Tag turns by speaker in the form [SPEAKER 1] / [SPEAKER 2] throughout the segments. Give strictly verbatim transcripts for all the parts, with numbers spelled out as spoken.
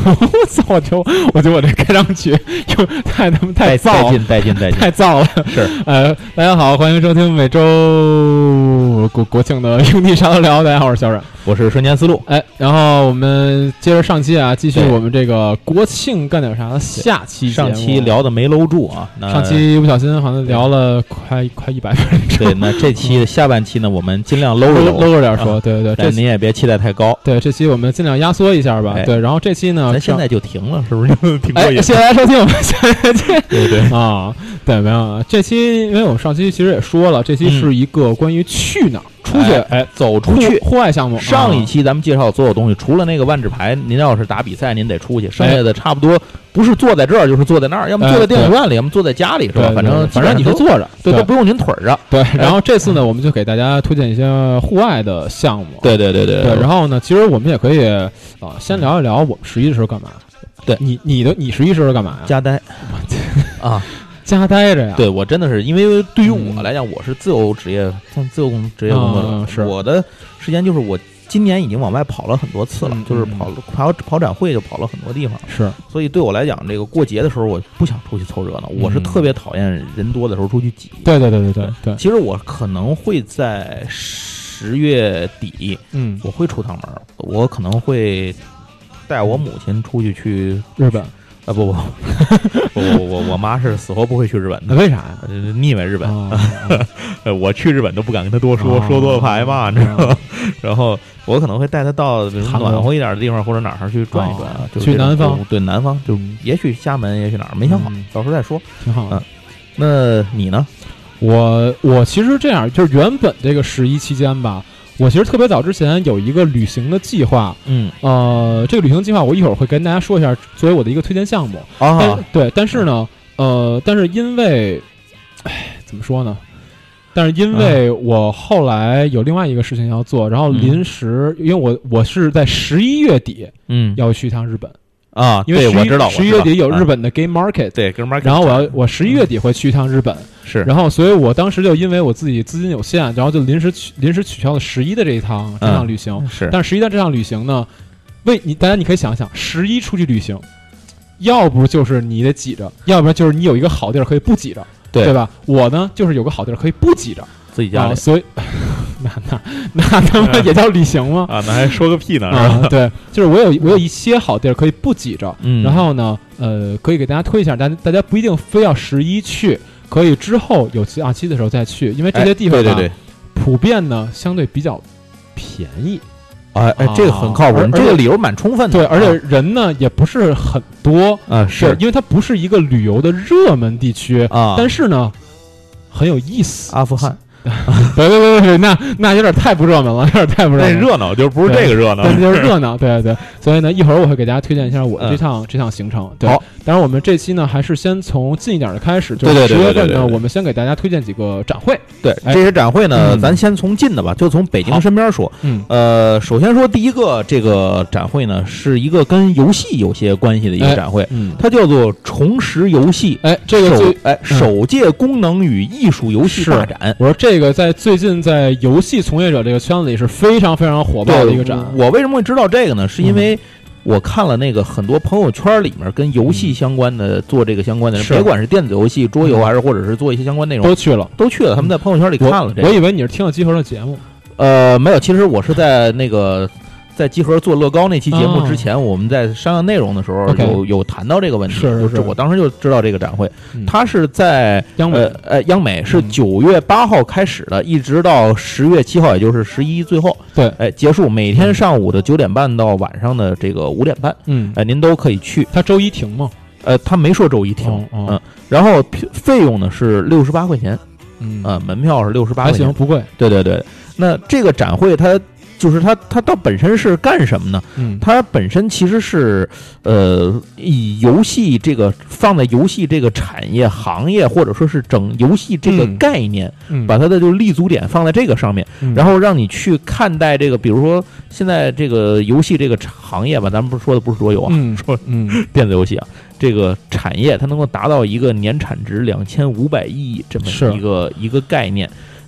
[SPEAKER 1] 我操！我就我觉得我这开场曲又太他妈太燥了，
[SPEAKER 2] 带劲带劲带劲，
[SPEAKER 1] 太燥了。
[SPEAKER 2] 是，
[SPEAKER 1] 呃，大家好，欢迎收听每周国国庆的营地啥都聊。大家好，我是小冉，
[SPEAKER 2] 我是瞬间思路。
[SPEAKER 1] 哎，然后我们接着上期啊，继续我们这个国庆干点啥的下期节目。
[SPEAKER 2] 上期聊的没搂住啊，那
[SPEAKER 1] 上期不小心好像聊了快快一百分钟。
[SPEAKER 2] 对，那这期下半期呢，我们尽量搂着
[SPEAKER 1] 搂着点说，对对对，
[SPEAKER 2] 这您也别期待太高。
[SPEAKER 1] 对，这期我们尽量压缩一下吧。对，然后这期呢，
[SPEAKER 2] 咱现在就停了，是不是？停过瘾。
[SPEAKER 1] 谢谢大家收听，我们下期见。
[SPEAKER 2] 对对
[SPEAKER 1] 啊，对，没有这期，因为我上期其实也说了，这期是一个关于去哪儿。出去，
[SPEAKER 2] 哎，走出去，
[SPEAKER 1] 户外项目。
[SPEAKER 2] 上一期咱们介绍所有东西，除了那个万智牌，您要是打比赛，您得出去，剩下的差不多不是坐在这儿，就是坐在那儿，要么坐在电影院里，要么坐在家里，是吧？反正
[SPEAKER 1] 反正你是坐着，
[SPEAKER 2] 对，都不用您腿着。
[SPEAKER 1] 对，然后这次呢，我们就给大家推荐一些户外的项目。
[SPEAKER 2] 对对对对
[SPEAKER 1] 对。然后呢，其实我们也可以啊，先聊一聊我们十一的时候干嘛。
[SPEAKER 2] 对，
[SPEAKER 1] 你你的你十一时候干嘛呀？
[SPEAKER 2] 家呆啊。
[SPEAKER 1] 家待着呀，
[SPEAKER 2] 对我真的是，因为对于我来讲，我是自由职业，像自由工职业工作者，
[SPEAKER 1] 嗯、是
[SPEAKER 2] 我的时间就是我今年已经往外跑了很多次了，
[SPEAKER 1] 嗯、
[SPEAKER 2] 就是跑跑跑展会就跑了很多地方，
[SPEAKER 1] 是，
[SPEAKER 2] 所以对我来讲，这个过节的时候我不想出去凑热闹，
[SPEAKER 1] 嗯、
[SPEAKER 2] 我是特别讨厌人多的时候出去挤。
[SPEAKER 1] 对对对对对对，
[SPEAKER 2] 其实我可能会在十月底，
[SPEAKER 1] 嗯，
[SPEAKER 2] 我会出趟门，我可能会带我母亲出去去
[SPEAKER 1] 日本。
[SPEAKER 2] 啊不不，我我我我妈是死活不会去日本的，
[SPEAKER 1] 为啥呀？
[SPEAKER 2] 腻歪日本，
[SPEAKER 1] 哦、
[SPEAKER 2] 我去日本都不敢跟她多说，哦、说多了怕挨骂，你知道吗？哦、然后我可能会带她到比如暖和一点的地方或者哪儿去转一转，
[SPEAKER 1] 哦、
[SPEAKER 2] 就
[SPEAKER 1] 去南方，
[SPEAKER 2] 对南方，就也许厦门，也许哪儿，没想好，
[SPEAKER 1] 嗯、
[SPEAKER 2] 到时候再说。
[SPEAKER 1] 挺好的。
[SPEAKER 2] 嗯，那你呢？
[SPEAKER 1] 我我其实这样，就是原本这个十一期间吧。我其实特别早之前有一个旅行的计划，
[SPEAKER 2] 嗯，
[SPEAKER 1] 呃，这个旅行计划我一会儿会跟大家说一下，作为我的一个推荐项目
[SPEAKER 2] 啊。
[SPEAKER 1] 但对，但是呢，呃，但是因为，哎，怎么说呢？但是因为我后来有另外一个事情要做，然后临时，
[SPEAKER 2] 嗯、
[SPEAKER 1] 因为我我是在十一月底，
[SPEAKER 2] 嗯，
[SPEAKER 1] 要去一趟日本。
[SPEAKER 2] 啊，
[SPEAKER 1] 因为
[SPEAKER 2] 我知道，
[SPEAKER 1] 十一月底有日本的 Game Market，、
[SPEAKER 2] 啊、对 Game Market，
[SPEAKER 1] 然后我要我十一月底会去一趟日本，
[SPEAKER 2] 是，
[SPEAKER 1] 然后所以我当时就因为我自己资金有限，然后就临时取临时取消了十一的这一趟这趟旅行，
[SPEAKER 2] 嗯、是，
[SPEAKER 1] 但是十一的这趟旅行呢，为你大家你可以想想，十一出去旅行，要不就是你得挤着，要不然就是你有一个好地儿可以不挤着，
[SPEAKER 2] 对
[SPEAKER 1] 对吧？我呢就是有个好地儿可以不挤着，
[SPEAKER 2] 自己家里，
[SPEAKER 1] 啊、所以。那那那他妈也叫旅行吗？
[SPEAKER 2] 啊，那还说个屁呢！
[SPEAKER 1] 啊，对，就是我有我有一些好地儿可以不挤着，
[SPEAKER 2] 嗯，
[SPEAKER 1] 然后呢，呃，可以给大家推一下，大家大家不一定非要十一去，可以之后有假期的时候再去，因为这些地方呢，
[SPEAKER 2] 哎、对对对，
[SPEAKER 1] 普遍呢相对比较便宜。
[SPEAKER 2] 哎哎，这个很靠谱，
[SPEAKER 1] 啊、
[SPEAKER 2] 这个理由蛮充分的。
[SPEAKER 1] 对，而且人呢、啊、也不是很多
[SPEAKER 2] 啊，是
[SPEAKER 1] 因为它不是一个旅游的热门地区
[SPEAKER 2] 啊，
[SPEAKER 1] 但是呢很有意思。
[SPEAKER 2] 阿富汗。
[SPEAKER 1] 对对对对，那那有点太不热门了，有点太不热门了。
[SPEAKER 2] 那热闹就不是这个热闹，
[SPEAKER 1] 对，就是热闹。对对对，所以呢，一会儿我会给大家推荐一下我这趟、嗯、这趟行程。对，
[SPEAKER 2] 好，
[SPEAKER 1] 当然我们这期呢还是先从近一点的开始，就是十月份呢，我们先给大家推荐几个展会。
[SPEAKER 2] 对，
[SPEAKER 1] 哎、
[SPEAKER 2] 这些展会呢、
[SPEAKER 1] 嗯，
[SPEAKER 2] 咱先从近的吧，就从北京身边说。
[SPEAKER 1] 嗯，
[SPEAKER 2] 呃，首先说第一个这个展会呢，是一个跟游戏有些关系的一个展会，
[SPEAKER 1] 哎、嗯，
[SPEAKER 2] 它叫做重拾游戏。
[SPEAKER 1] 哎，这个
[SPEAKER 2] 首哎、嗯、首届功能与艺术游戏大展。
[SPEAKER 1] 我说这个在最近。在游戏从业者这个圈子里是非常非常火爆的一个展。
[SPEAKER 2] 我为什么会知道这个呢？是因为我看了那个很多朋友圈里面跟游戏相关的、嗯、做这个相关的人，别管是电子游戏、桌游，还是或者是做一些相关内容，
[SPEAKER 1] 都去了，
[SPEAKER 2] 都去了。他们在朋友圈里看了这个。
[SPEAKER 1] 我, 我以为你是听了集合的节目，
[SPEAKER 2] 呃，没有，其实我是在那个。在集合做乐高那期节目之前，哦、我们在商量内容的时候有、
[SPEAKER 1] okay,
[SPEAKER 2] 有谈到这个问题，
[SPEAKER 1] 是是是
[SPEAKER 2] 我当时就知道这个展会，
[SPEAKER 1] 嗯、
[SPEAKER 2] 它是在
[SPEAKER 1] 央美，
[SPEAKER 2] 呃呃央美是九月八号开始的，嗯、一直到十月七号，也就是十一最后，
[SPEAKER 1] 对，
[SPEAKER 2] 哎结束，每天上午的九点半到晚上的这个五点半，
[SPEAKER 1] 嗯，
[SPEAKER 2] 哎您都可以去。
[SPEAKER 1] 他周一停吗？
[SPEAKER 2] 呃，他没说周一停，
[SPEAKER 1] 哦哦、
[SPEAKER 2] 嗯，然后费用呢是六十八块钱，
[SPEAKER 1] 嗯，
[SPEAKER 2] 呃，门票是六十八块钱，
[SPEAKER 1] 还行，不贵。
[SPEAKER 2] 对对对，那这个展会它。就是它，它到本身是干什么呢？
[SPEAKER 1] 嗯，
[SPEAKER 2] 它本身其实是，呃，以游戏这个放在游戏这个产业行业，或者说是整游戏这个概念，
[SPEAKER 1] 嗯，
[SPEAKER 2] 把它的就立足点放在这个上面，
[SPEAKER 1] 嗯，
[SPEAKER 2] 然后让你去看待这个，比如说现在这个游戏这个行业吧，咱们不是说的不是桌游啊，
[SPEAKER 1] 嗯，
[SPEAKER 2] 说
[SPEAKER 1] 嗯
[SPEAKER 2] 电子游戏啊，这个产业它能够达到一个年产值两千五百亿这么一个一个概念。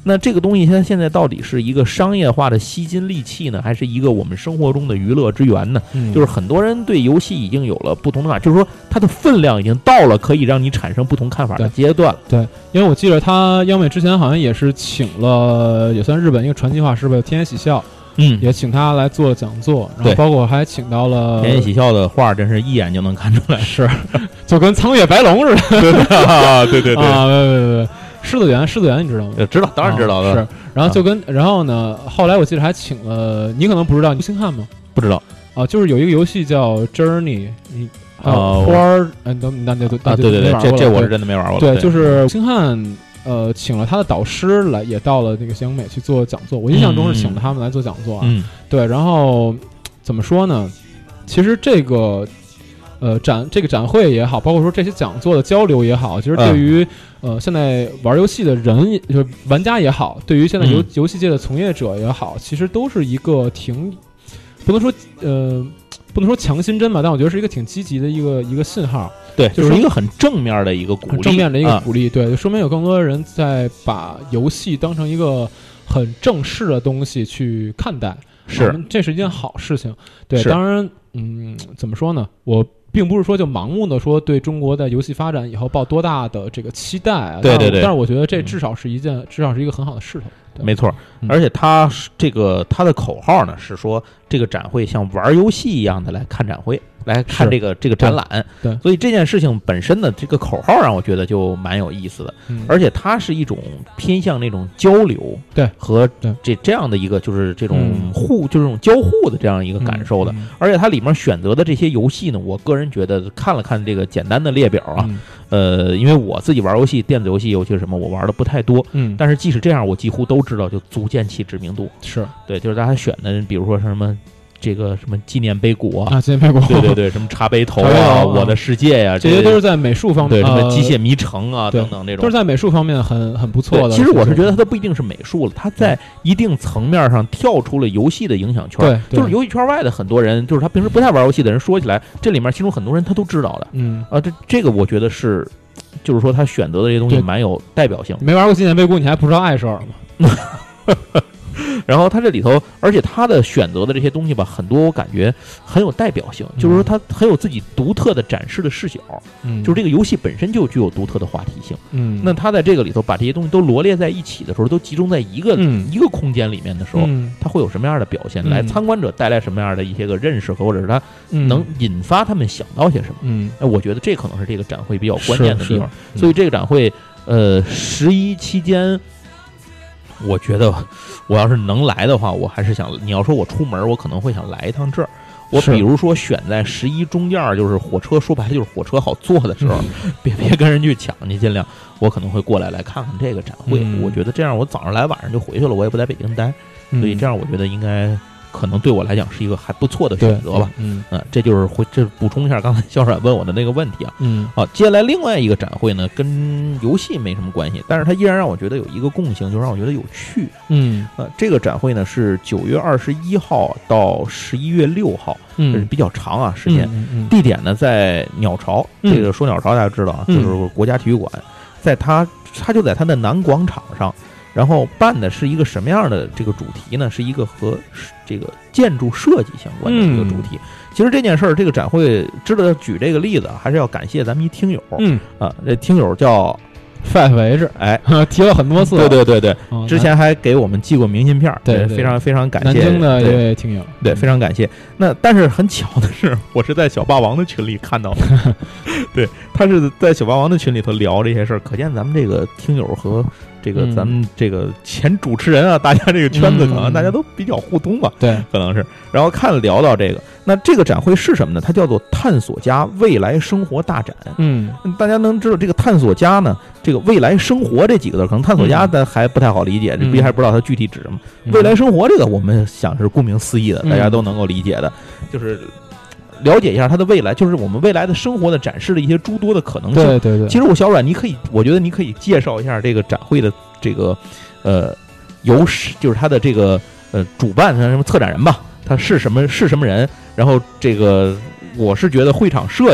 [SPEAKER 2] 那这个东西它现在到底是一个商业化的吸金利器呢，还是一个我们生活中的娱乐之源呢？
[SPEAKER 1] 嗯、
[SPEAKER 2] 就是很多人对游戏已经有了不同的看法，就是说它的分量已经到了可以让你产生不同看法的阶段了。
[SPEAKER 1] 对，因为我记得他央美之前好像也是请了，也算日本一个传奇画师吧，天野喜孝。
[SPEAKER 2] 嗯，
[SPEAKER 1] 也请他来做讲座，然后包括还请到了
[SPEAKER 2] 天野喜孝的画，真是一眼就能看出来，
[SPEAKER 1] 是就跟苍月白龙似的。
[SPEAKER 2] 对啊，对对对
[SPEAKER 1] 啊，对对对，狮子园，狮子园你知道吗？
[SPEAKER 2] 知道，当然知道了。
[SPEAKER 1] 啊、是，然后就跟、啊、然后呢，后来我记得还请了，你可能不知道，你星汉吗？
[SPEAKER 2] 不知道
[SPEAKER 1] 啊，就是有一个游戏叫 Journey， 你啊花儿，嗯，那那那
[SPEAKER 2] 啊，对对对，这这我是真的没玩过。
[SPEAKER 1] 对，就是星汉。呃，请了他的导师来，也到了那个香美去做讲座。我印象中是请了他们来做讲座啊。
[SPEAKER 2] 嗯，
[SPEAKER 1] 对。然后怎么说呢？其实这个呃展这个展会也好，包括说这些讲座的交流也好，其实对于、嗯、呃现在玩游戏的人，就是玩家也好，对于现在游、嗯、游戏界的从业者也好，其实都是一个挺不能说呃不能说强心针吧，但我觉得是一个挺积极的一个一个信号。
[SPEAKER 2] 对，就是一个很正面的一个鼓励，
[SPEAKER 1] 正面的一个鼓励，啊、对，就说明有更多的人在把游戏当成一个很正式的东西去看待，
[SPEAKER 2] 是，
[SPEAKER 1] 这是一件好事情。对，当然，嗯，怎么说呢？我并不是说就盲目的说对中国的游戏发展以后抱多大的这个期待啊，
[SPEAKER 2] 对对对，
[SPEAKER 1] 但是我觉得这至少是一件，嗯、至少是一个很好的势头。
[SPEAKER 2] 没错，而且他这个他的口号呢是说，这个展会像玩游戏一样的来看展会，来看这个这个展览。
[SPEAKER 1] 对，对，
[SPEAKER 2] 所以这件事情本身的这个口号让我觉得就蛮有意思的，
[SPEAKER 1] 嗯、
[SPEAKER 2] 而且它是一种偏向那种交流，
[SPEAKER 1] 对，
[SPEAKER 2] 和这这样的一个就是这种互、嗯、就是这种交互的这样一个感受的。
[SPEAKER 1] 嗯嗯、
[SPEAKER 2] 而且它里面选择的这些游戏呢，我个人觉得看了看这个简单的列表啊。
[SPEAKER 1] 嗯
[SPEAKER 2] 呃，因为我自己玩游戏，电子游戏，尤其是什么，我玩的不太多。
[SPEAKER 1] 嗯，
[SPEAKER 2] 但是即使这样，我几乎都知道，就足见其知名度。
[SPEAKER 1] 是
[SPEAKER 2] 对，就是大家选的，比如说什么这个什么纪念碑谷啊，
[SPEAKER 1] 啊，纪念碑谷，
[SPEAKER 2] 对对对，什么茶杯头啊，我的世界呀、啊，
[SPEAKER 1] 这些都是在美术方面，
[SPEAKER 2] 对，什么机械迷城啊、呃、等等这种，
[SPEAKER 1] 都是在美术方面很很不错的。
[SPEAKER 2] 其实我是觉得它都不一定是美术了，它在一定层面上跳出了游戏的影响圈。
[SPEAKER 1] 对，
[SPEAKER 2] 就是游戏圈外的很多人，就是他平时不太玩游戏的人，说起来这里面其中很多人他都知道的。
[SPEAKER 1] 嗯
[SPEAKER 2] 啊，这这个我觉得是。就是说，他选择的这些东西蛮有代表性。
[SPEAKER 1] 没玩过纪念碑谷，你还不知道艾舍尔吗？
[SPEAKER 2] 然后他这里头，而且他的选择的这些东西吧，很多我感觉很有代表性，嗯、就是说他很有自己独特的展示的视角。
[SPEAKER 1] 嗯，
[SPEAKER 2] 就是这个游戏本身就具有独特的话题性。
[SPEAKER 1] 嗯，
[SPEAKER 2] 那他在这个里头把这些东西都罗列在一起的时候，都集中在一个、
[SPEAKER 1] 嗯、
[SPEAKER 2] 一个空间里面的时候，
[SPEAKER 1] 嗯、
[SPEAKER 2] 他会有什么样的表现？来参观者带来什么样的一些个认识，或者是他能引发他们想到些什么？
[SPEAKER 1] 嗯，
[SPEAKER 2] 哎，我觉得这可能是这个展会比较关键的地方。
[SPEAKER 1] 嗯、
[SPEAKER 2] 所以这个展会，呃，十一期间。我觉得我要是能来的话，我还是想，你要说我出门，我可能会想来一趟这儿。我比如说选在十一中间，就是火车，说白了就是火车好坐的时候，嗯、别别跟人去抢去，尽量我可能会过来来看看这个展会。
[SPEAKER 1] 嗯、
[SPEAKER 2] 我觉得这样，我早上来，晚上就回去了，我也不在北京待，
[SPEAKER 1] 嗯、
[SPEAKER 2] 所以这样我觉得应该。可能对我来讲是一个还不错的选择吧，
[SPEAKER 1] 嗯
[SPEAKER 2] 嗯、呃，这就是回这补充一下刚才肖冉问我的那个问题啊，
[SPEAKER 1] 嗯，
[SPEAKER 2] 好，接下来另外一个展会呢，跟游戏没什么关系，但是它依然让我觉得有一个共性，就让我觉得有趣，
[SPEAKER 1] 嗯，
[SPEAKER 2] 呃，这个展会呢是九月二十一号到十一月六号，
[SPEAKER 1] 嗯，
[SPEAKER 2] 这是比较长啊时间，
[SPEAKER 1] 嗯嗯、
[SPEAKER 2] 地点呢在鸟巢，
[SPEAKER 1] 嗯、
[SPEAKER 2] 这个说鸟巢大家知道啊，
[SPEAKER 1] 嗯、
[SPEAKER 2] 就是国家体育馆，在它它就在它的南广场上。然后办的是一个什么样的这个主题呢？是一个和这个建筑设计相关的一个主题。嗯、其实这件事儿，这个展会知道举这个例子，还是要感谢咱们一听友。
[SPEAKER 1] 嗯
[SPEAKER 2] 啊，这听友叫
[SPEAKER 1] Five H，
[SPEAKER 2] 哎，
[SPEAKER 1] 提了很多次。
[SPEAKER 2] 对对对对，
[SPEAKER 1] 哦、
[SPEAKER 2] 之前还给我们寄过明信片，
[SPEAKER 1] 对，
[SPEAKER 2] 非常非常感谢
[SPEAKER 1] 南京的一位听友，
[SPEAKER 2] 对，非常感谢。那但是很巧的是，我是在小霸王的群里看到的，对，他是在小霸王的群里头聊这些事儿，可见咱们这个听友和。这个咱们这个前主持人啊，嗯、大家这个圈子可能大家都比较互通吧，
[SPEAKER 1] 对、嗯，
[SPEAKER 2] 可能是。然后看聊到这个，那这个展会是什么呢？它叫做“探索家未来生活大展”。
[SPEAKER 1] 嗯，
[SPEAKER 2] 大家能知道这个“探索家”呢？这个“未来生活”这几个字，可能“探索家”咱还不太好理解，这、嗯、毕还不知道它具体指什么。
[SPEAKER 1] 嗯、
[SPEAKER 2] 未来生活这个，我们想是顾名思义的，大家都能够理解的，
[SPEAKER 1] 嗯、
[SPEAKER 2] 就是。了解一下它的未来，就是我们未来的生活的展示的一些诸多的可能性。
[SPEAKER 1] 对对对。
[SPEAKER 2] 其实我小阮，你可以，我觉得你可以介绍一下这个展会的这个，呃，由就是它的这个呃主办什么策展人吧，他是什么是什么人？然后这个我是觉得会场设计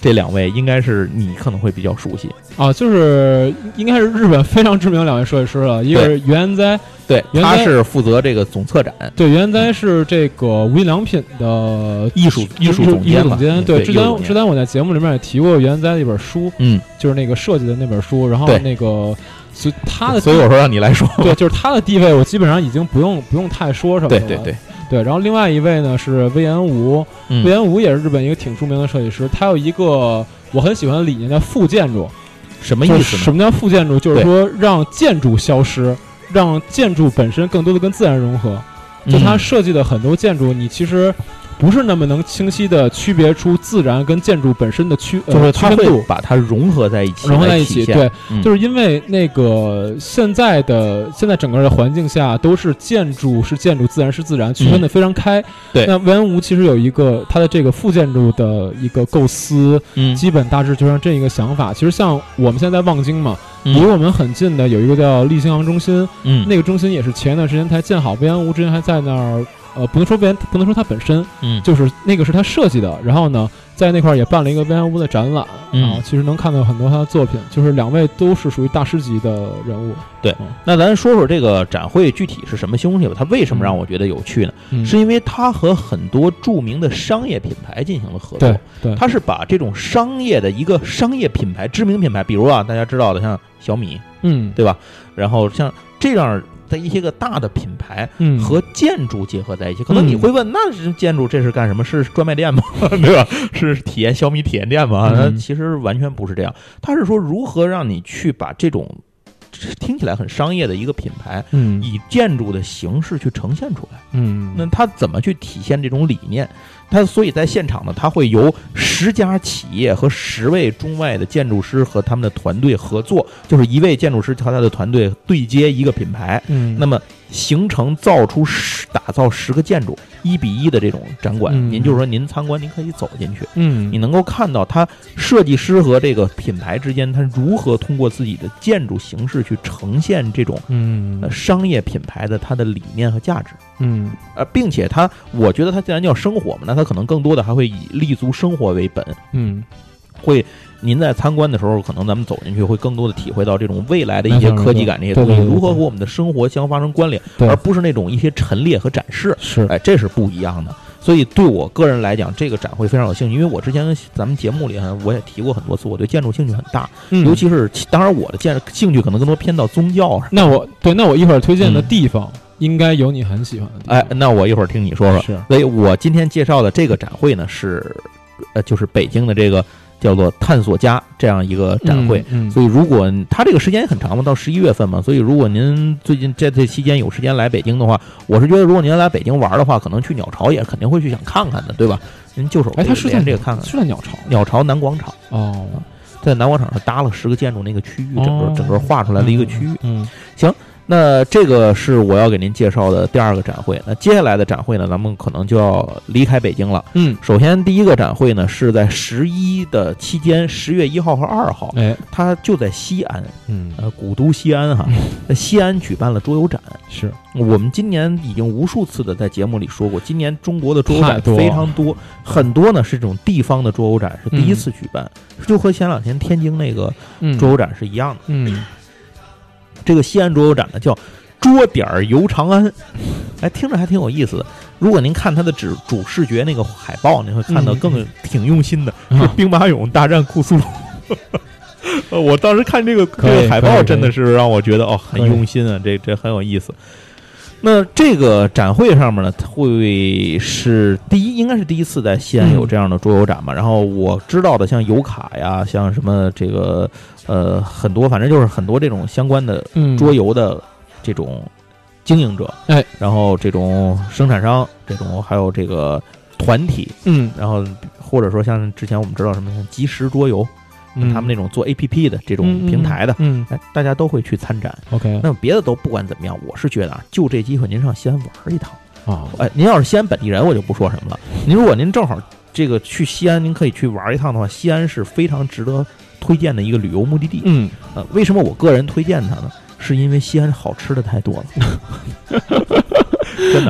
[SPEAKER 2] 这两位应该是你可能会比较熟悉
[SPEAKER 1] 啊，就是应该是日本非常知名的两位设计师了，一个是原哉，
[SPEAKER 2] 对，他是负责这个总策展，
[SPEAKER 1] 对，原哉是这个无印良品的
[SPEAKER 2] 艺术艺术总监嘛，
[SPEAKER 1] 对，
[SPEAKER 2] 对
[SPEAKER 1] 之前之前我在节目里面也提过原哉的一本书，
[SPEAKER 2] 嗯，
[SPEAKER 1] 就是那个设计的那本书，然后那个。所以他的，
[SPEAKER 2] 所以我说让你来说，
[SPEAKER 1] 对，就是他的地位，我基本上已经不用不用太说什么了。
[SPEAKER 2] 对对对
[SPEAKER 1] 对。然后另外一位呢是隈研吾，
[SPEAKER 2] 嗯、
[SPEAKER 1] 隈研吾也是日本一个挺著名的设计师，他有一个我很喜欢的理念叫副建筑。
[SPEAKER 2] 什么意思呢？
[SPEAKER 1] 什么叫副建筑？就是说让建筑消失，让建筑本身更多的跟自然融合。就他设计的很多建筑，你其实不是那么能清晰的区别出自然跟建筑本身的区，呃、
[SPEAKER 2] 就是他会把它融合在一起，
[SPEAKER 1] 融合在一起。对、
[SPEAKER 2] 嗯，
[SPEAKER 1] 就是因为那个现在的现在整个的环境下都是建筑是建筑，自然是自然，区分的非常开。嗯、
[SPEAKER 2] 对，
[SPEAKER 1] 那隈研吾其实有一个他的这个副建筑的一个构思，
[SPEAKER 2] 嗯，
[SPEAKER 1] 基本大致就像这一个想法。其实像我们现在在望京嘛。离我们很近的有一个叫立新航中心，
[SPEAKER 2] 嗯，
[SPEAKER 1] 那个中心也是前一段时间才建好，隈研吾之前还在那儿，呃，不能说隈研，不能说它本身，
[SPEAKER 2] 嗯，
[SPEAKER 1] 就是那个是他设计的，然后呢，在那块儿也办了一个隈研吾的展览，
[SPEAKER 2] 嗯，
[SPEAKER 1] 然后其实能看到很多他的作品，就是两位都是属于大师级的人物。
[SPEAKER 2] 对，嗯、那咱说说这个展会具体是什么东西吧？它为什么让我觉得有趣呢？
[SPEAKER 1] 嗯、
[SPEAKER 2] 是因为它和很多著名的商业品牌进行了合作，
[SPEAKER 1] 对，对，
[SPEAKER 2] 它是把这种商业的一个商业品牌、知名品牌，比如啊，大家知道的像小米，
[SPEAKER 1] 嗯，
[SPEAKER 2] 对吧？然后像这样的一些个大的品牌，
[SPEAKER 1] 嗯，
[SPEAKER 2] 和建筑结合在一起，可能你会问，那是建筑这是干什么？是专卖店吗？对吧？是体验小米体验店吗？
[SPEAKER 1] 嗯、
[SPEAKER 2] 其实完全不是这样，它是说如何让你去把这种听起来很商业的一个品牌，
[SPEAKER 1] 嗯，
[SPEAKER 2] 以建筑的形式去呈现出来，
[SPEAKER 1] 嗯，
[SPEAKER 2] 那它怎么去体现这种理念？它所以在现场呢，它会由十家企业和十位中外的建筑师和他们的团队合作，就是一位建筑师和他的团队对接一个品牌，
[SPEAKER 1] 嗯，
[SPEAKER 2] 那么形成造出十打造十个建筑一比一的这种展馆，
[SPEAKER 1] 嗯、
[SPEAKER 2] 您就是说您参观您可以走进去，
[SPEAKER 1] 嗯，
[SPEAKER 2] 你能够看到他设计师和这个品牌之间他如何通过自己的建筑形式去呈现这种
[SPEAKER 1] 嗯、
[SPEAKER 2] 呃、商业品牌的它的理念和价值，
[SPEAKER 1] 嗯，
[SPEAKER 2] 呃，并且他我觉得他既然叫生活嘛，那他可能更多的还会以立足生活为本，
[SPEAKER 1] 嗯，
[SPEAKER 2] 会您在参观的时候，可能咱们走进去会更多的体会到这种未来的一些科技感这些东西如何和我们的生活相发生关联，而不是那种一些陈列和展示，
[SPEAKER 1] 是，
[SPEAKER 2] 哎，这是不一样的。所以对我个人来讲，这个展会非常有兴趣，因为我之前咱们节目里我也提过很多次，我对建筑兴趣很大，
[SPEAKER 1] 嗯、
[SPEAKER 2] 尤其是当然我的建兴趣可能更多偏到宗教上。
[SPEAKER 1] 那我对，那我一会儿推荐的地方。嗯应该有你很喜欢的地方。
[SPEAKER 2] 哎，那我一会儿听你说说。
[SPEAKER 1] 是，
[SPEAKER 2] 所以我今天介绍的这个展会呢，是呃，就是北京的这个叫做探索家这样一个展会。
[SPEAKER 1] 嗯嗯、
[SPEAKER 2] 所以如果它这个时间也很长嘛，到十一月份嘛，所以如果您最近在这期间有时间来北京的话，我是觉得如果您来北京玩的话，可能去鸟巢也肯定会去想看看的，对吧？您就手
[SPEAKER 1] 哎，他是在
[SPEAKER 2] 这个看看，
[SPEAKER 1] 是在鸟巢，
[SPEAKER 2] 鸟巢南广场
[SPEAKER 1] 哦，
[SPEAKER 2] 在南广场上搭了十个建筑那个区域，整个、
[SPEAKER 1] 哦、
[SPEAKER 2] 整个画出来的一个区域。
[SPEAKER 1] 嗯，嗯
[SPEAKER 2] 行。那这个是我要给您介绍的第二个展会。那接下来的展会呢，咱们可能就要离开北京了。
[SPEAKER 1] 嗯，
[SPEAKER 2] 首先第一个展会呢是在十一的期间，十月一号和二号，
[SPEAKER 1] 哎，
[SPEAKER 2] 它就在西安，
[SPEAKER 1] 嗯，
[SPEAKER 2] 呃，古都西安哈，在西安举办了桌游展。
[SPEAKER 1] 是
[SPEAKER 2] 我们今年已经无数次的在节目里说过，今年中国的桌游展非常多，很多呢是这种地方的桌游展是第一次举办，嗯、就和前两天天津那个桌游展是一样的。
[SPEAKER 1] 嗯。嗯
[SPEAKER 2] 这个西安桌游展呢叫桌点游长安，哎，听着还挺有意思的。如果您看它的主主视觉那个海报，你会看到更挺用心的，
[SPEAKER 1] 嗯、
[SPEAKER 2] 是兵马俑大战库苏鲁。呃，我当时看这个这个海报真的是让我觉得哦很用心啊，这这很有意思。那这个展会上面呢，会是第一，应该是第一次在西安有这样的桌游展嘛。嗯、然后我知道的，像油卡呀，像什么这个呃很多，反正就是很多这种相关的桌游的这种经营者，
[SPEAKER 1] 哎、嗯，
[SPEAKER 2] 然后这种生产商，这种还有这个团体，
[SPEAKER 1] 嗯，
[SPEAKER 2] 然后或者说像之前我们知道什么像即时桌游。
[SPEAKER 1] 嗯、
[SPEAKER 2] 他们那种做 A P P 的这种平台的，
[SPEAKER 1] 嗯，
[SPEAKER 2] 哎，大家都会去参展。
[SPEAKER 1] OK，
[SPEAKER 2] 那么别的都不管怎么样，我是觉得啊，就这机会您上西安玩一趟
[SPEAKER 1] 啊！
[SPEAKER 2] 哎，您要是西安本地人，我就不说什么了。您如果您正好这个去西安，您可以去玩一趟的话，西安是非常值得推荐的一个旅游目的地。
[SPEAKER 1] 嗯，
[SPEAKER 2] 呃，为什么我个人推荐它呢？是因为西安好吃的太多了，真的。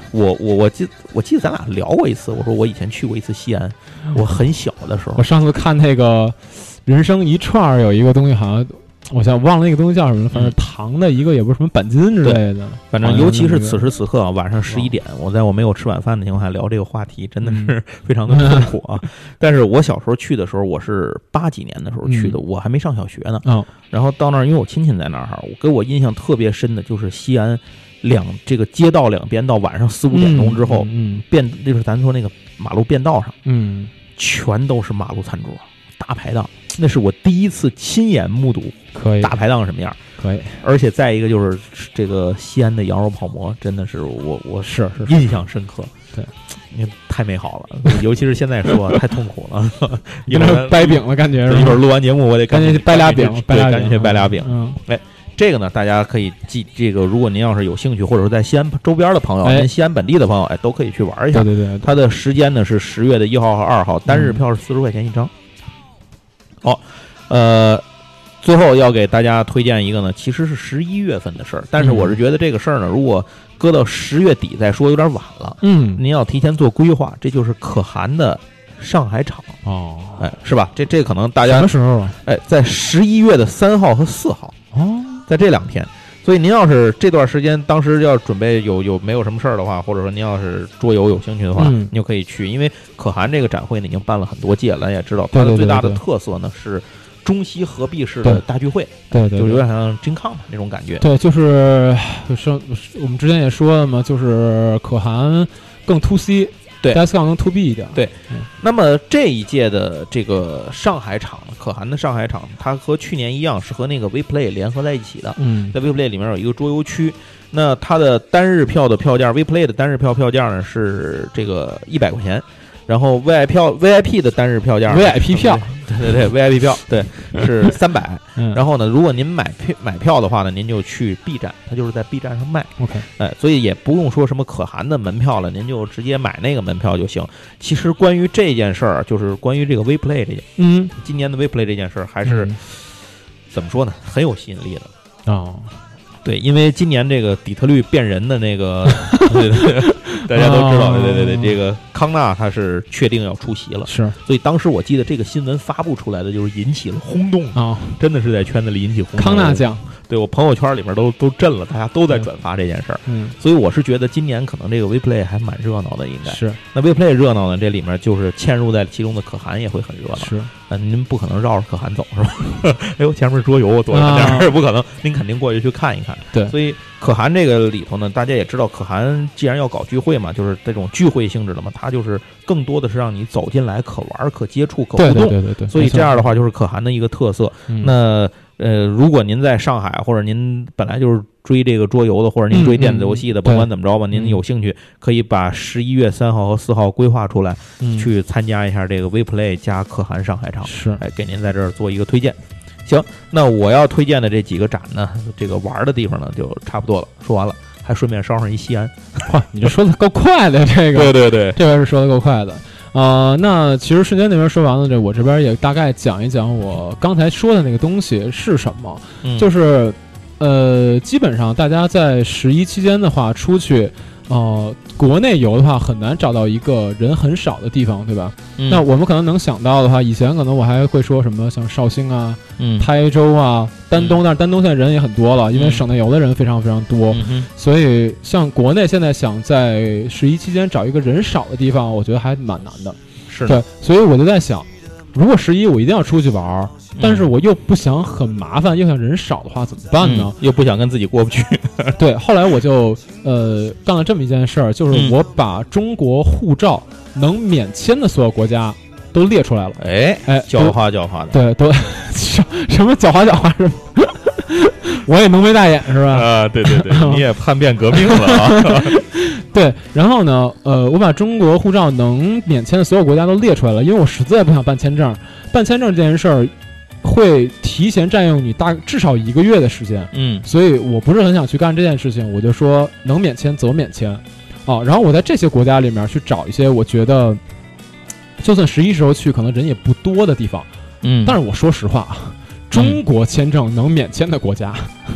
[SPEAKER 2] 我我我记我记得咱俩聊过一次，我说我以前去过一次西安，我很小的时候，
[SPEAKER 1] 我上次看那个人生一串有一个东西，好像我想忘了那个东西叫什么，反正糖的一个也不是什么钣金之类的，
[SPEAKER 2] 反正尤其是此时此刻啊，晚上十一点，我在我没有吃晚饭的情况下聊这个话题，真的是非常的痛苦啊。嗯、但是我小时候去的时候，我是八几年的时候去的，嗯、我还没上小学呢。
[SPEAKER 1] 嗯、
[SPEAKER 2] 然后到那儿，因为我亲戚在那儿哈，我给我印象特别深的就是西安两这个街道两边到晚上四五点钟之后，
[SPEAKER 1] 嗯，嗯
[SPEAKER 2] 变就是咱说那个马路便道上，
[SPEAKER 1] 嗯，
[SPEAKER 2] 全都是马路餐桌、大排档。那是我第一次亲眼目睹
[SPEAKER 1] 可以大
[SPEAKER 2] 排档什么样，
[SPEAKER 1] 可以。
[SPEAKER 2] 而且再一个就是这个西安的羊肉泡馍，真的是我我
[SPEAKER 1] 是是
[SPEAKER 2] 印象深刻。
[SPEAKER 1] 对，
[SPEAKER 2] 因为太美好了，尤其是现在说太痛苦了，
[SPEAKER 1] 一会儿掰饼了感觉是。
[SPEAKER 2] 一会儿录完节目我得
[SPEAKER 1] 赶紧去掰俩饼，掰俩
[SPEAKER 2] 赶紧去掰俩饼。
[SPEAKER 1] 嗯，
[SPEAKER 2] 哎，这个呢，大家可以记这个，如果您要是有兴趣，或者是在西安周边的朋友，
[SPEAKER 1] 哎、
[SPEAKER 2] 您西安本地的朋友，哎，都可以去玩一下。
[SPEAKER 1] 对对 对, 对，
[SPEAKER 2] 它的时间呢是十月的一号和二号，单日票是四十块钱一张。好、嗯。呃，最后要给大家推荐一个呢，其实是十一月份的事儿，但是我是觉得这个事儿呢，如果搁到十月底再说有点晚了。
[SPEAKER 1] 嗯，
[SPEAKER 2] 您要提前做规划，这就是可汗的上海场
[SPEAKER 1] 哦，
[SPEAKER 2] 哎，是吧？这这可能大家
[SPEAKER 1] 什么时候啊？
[SPEAKER 2] 哎，在十一月的三号和四号
[SPEAKER 1] 哦，
[SPEAKER 2] 在这两天。所以您要是这段时间当时要准备有有没有什么事儿的话，或者说您要是桌游有兴趣的话，
[SPEAKER 1] 嗯、
[SPEAKER 2] 你就可以去，因为可汗这个展会呢已经办了很多届了，也知道它的最大的特色呢是中西合璧式的大聚会，
[SPEAKER 1] 对 对, 对, 对，
[SPEAKER 2] 就有点像 Gen-Con 那种感觉。
[SPEAKER 1] 对，就是是我们之前也说了嘛，就是可汗更 to C，
[SPEAKER 2] 对
[SPEAKER 1] ，Descon 更 to B 一点。
[SPEAKER 2] 对、嗯，那么这一届的这个上海场，可汗的上海场，它和去年一样，是和那个 WePlay 联合在一起的。
[SPEAKER 1] 嗯，
[SPEAKER 2] 在 WePlay 里面有一个桌游区，那它的单日票的票价 ，WePlay 的单日票票价呢是这个一百块钱。然后 V I P 票 V I P 的单日票价
[SPEAKER 1] V I P 票，
[SPEAKER 2] 对对对 V I P 票对是三百、
[SPEAKER 1] 嗯。
[SPEAKER 2] 然后呢，如果您买票买票的话呢，您就去 B 站，它就是在 B 站上卖。
[SPEAKER 1] OK，
[SPEAKER 2] 哎，所以也不用说什么可汗的门票了，您就直接买那个门票就行。其实关于这件事儿，就是关于这个 WePlay 这件，
[SPEAKER 1] 嗯，
[SPEAKER 2] 今年的 WePlay 这件事儿，还是、嗯、怎么说呢，很有吸引力的
[SPEAKER 1] 哦。
[SPEAKER 2] 对，因为今年这个底特律变人的那个，对对对大家都知道，对对对对，这个康纳他是确定要出席了，
[SPEAKER 1] 是，
[SPEAKER 2] 所以当时我记得这个新闻发布出来的就是引起了轰动
[SPEAKER 1] 啊、哦，
[SPEAKER 2] 真的是在圈子里引起轰动。
[SPEAKER 1] 康纳奖，
[SPEAKER 2] 对我朋友圈里面都都震了，大家都在转发这件事儿，
[SPEAKER 1] 嗯，
[SPEAKER 2] 所以我是觉得今年可能这个 WePlay 还蛮热闹的，应该
[SPEAKER 1] 是。
[SPEAKER 2] 那 WePlay 热闹呢，这里面就是嵌入在其中的可汗也会很热闹，
[SPEAKER 1] 是。
[SPEAKER 2] 那、呃、您不可能绕着可汗走是吧？哎呦，前面桌游我躲着点儿，不可能，您肯定过去去看一看。
[SPEAKER 1] 对，
[SPEAKER 2] 所以可汗这个里头呢，大家也知道，可汗既然要搞聚会嘛，就是这种聚会性质的嘛，它就是更多的是让你走进来可玩、可接触、可互动。
[SPEAKER 1] 对对对对对。
[SPEAKER 2] 所以这样的话，就是可汗的一个特色。
[SPEAKER 1] 嗯、
[SPEAKER 2] 那呃，如果您在上海，或者您本来就是追这个桌游的，或者您追电子游戏的，
[SPEAKER 1] 嗯嗯、
[SPEAKER 2] 甭管怎么着吧，您有兴趣可以把十一月三号和四号规划出来，
[SPEAKER 1] 嗯、
[SPEAKER 2] 去参加一下这个 WePlay 加可汗上海场。
[SPEAKER 1] 是，
[SPEAKER 2] 哎，给您在这儿做一个推荐。行，那我要推荐的这几个展呢，这个玩的地方呢就差不多了，说完了，还顺便捎上一西安。
[SPEAKER 1] 哇，你这说的够快的，这个
[SPEAKER 2] 对对对，
[SPEAKER 1] 这边是说的够快的。呃，那其实瞬间那边说完了，这我这边也大概讲一讲我刚才说的那个东西是什么，
[SPEAKER 2] 嗯、
[SPEAKER 1] 就是呃，基本上大家在十一期间的话出去。呃，国内游的话很难找到一个人很少的地方，对吧？
[SPEAKER 2] 嗯、
[SPEAKER 1] 那我们可能能想到的话，以前可能我还会说什么像绍兴啊、
[SPEAKER 2] 嗯、
[SPEAKER 1] 台州啊、丹东，
[SPEAKER 2] 嗯、
[SPEAKER 1] 但是丹东现在人也很多了，因为省内游的人非常非常多，
[SPEAKER 2] 嗯、
[SPEAKER 1] 所以像国内现在想在十一期间找一个人少的地方，我觉得还蛮难的。
[SPEAKER 2] 是的，
[SPEAKER 1] 对，所以我就在想，如果十一我一定要出去玩，但是我又不想很麻烦，又想人少的话怎么办呢？
[SPEAKER 2] 嗯、又不想跟自己过不去。
[SPEAKER 1] 对，后来我就呃干了这么一件事儿，就是我把中国护照能免签的所有国家都列出来了。
[SPEAKER 2] 哎
[SPEAKER 1] 哎，
[SPEAKER 2] 狡猾狡猾的，
[SPEAKER 1] 对对，什什么狡猾狡猾什么？我也浓眉大眼是吧？
[SPEAKER 2] 啊，对对对，你也叛变革命了啊！
[SPEAKER 1] 对，然后呢，呃，我把中国护照能免签的所有国家都列出来了，因为我实在不想办签证。办签证这件事儿会提前占用你大至少一个月的时间，
[SPEAKER 2] 嗯，
[SPEAKER 1] 所以我不是很想去干这件事情，我就说能免签则免签，啊，然后我在这些国家里面去找一些我觉得就算十一时候去可能人也不多的地方，
[SPEAKER 2] 嗯，
[SPEAKER 1] 但是我说实话啊，中国签证能免签的国家。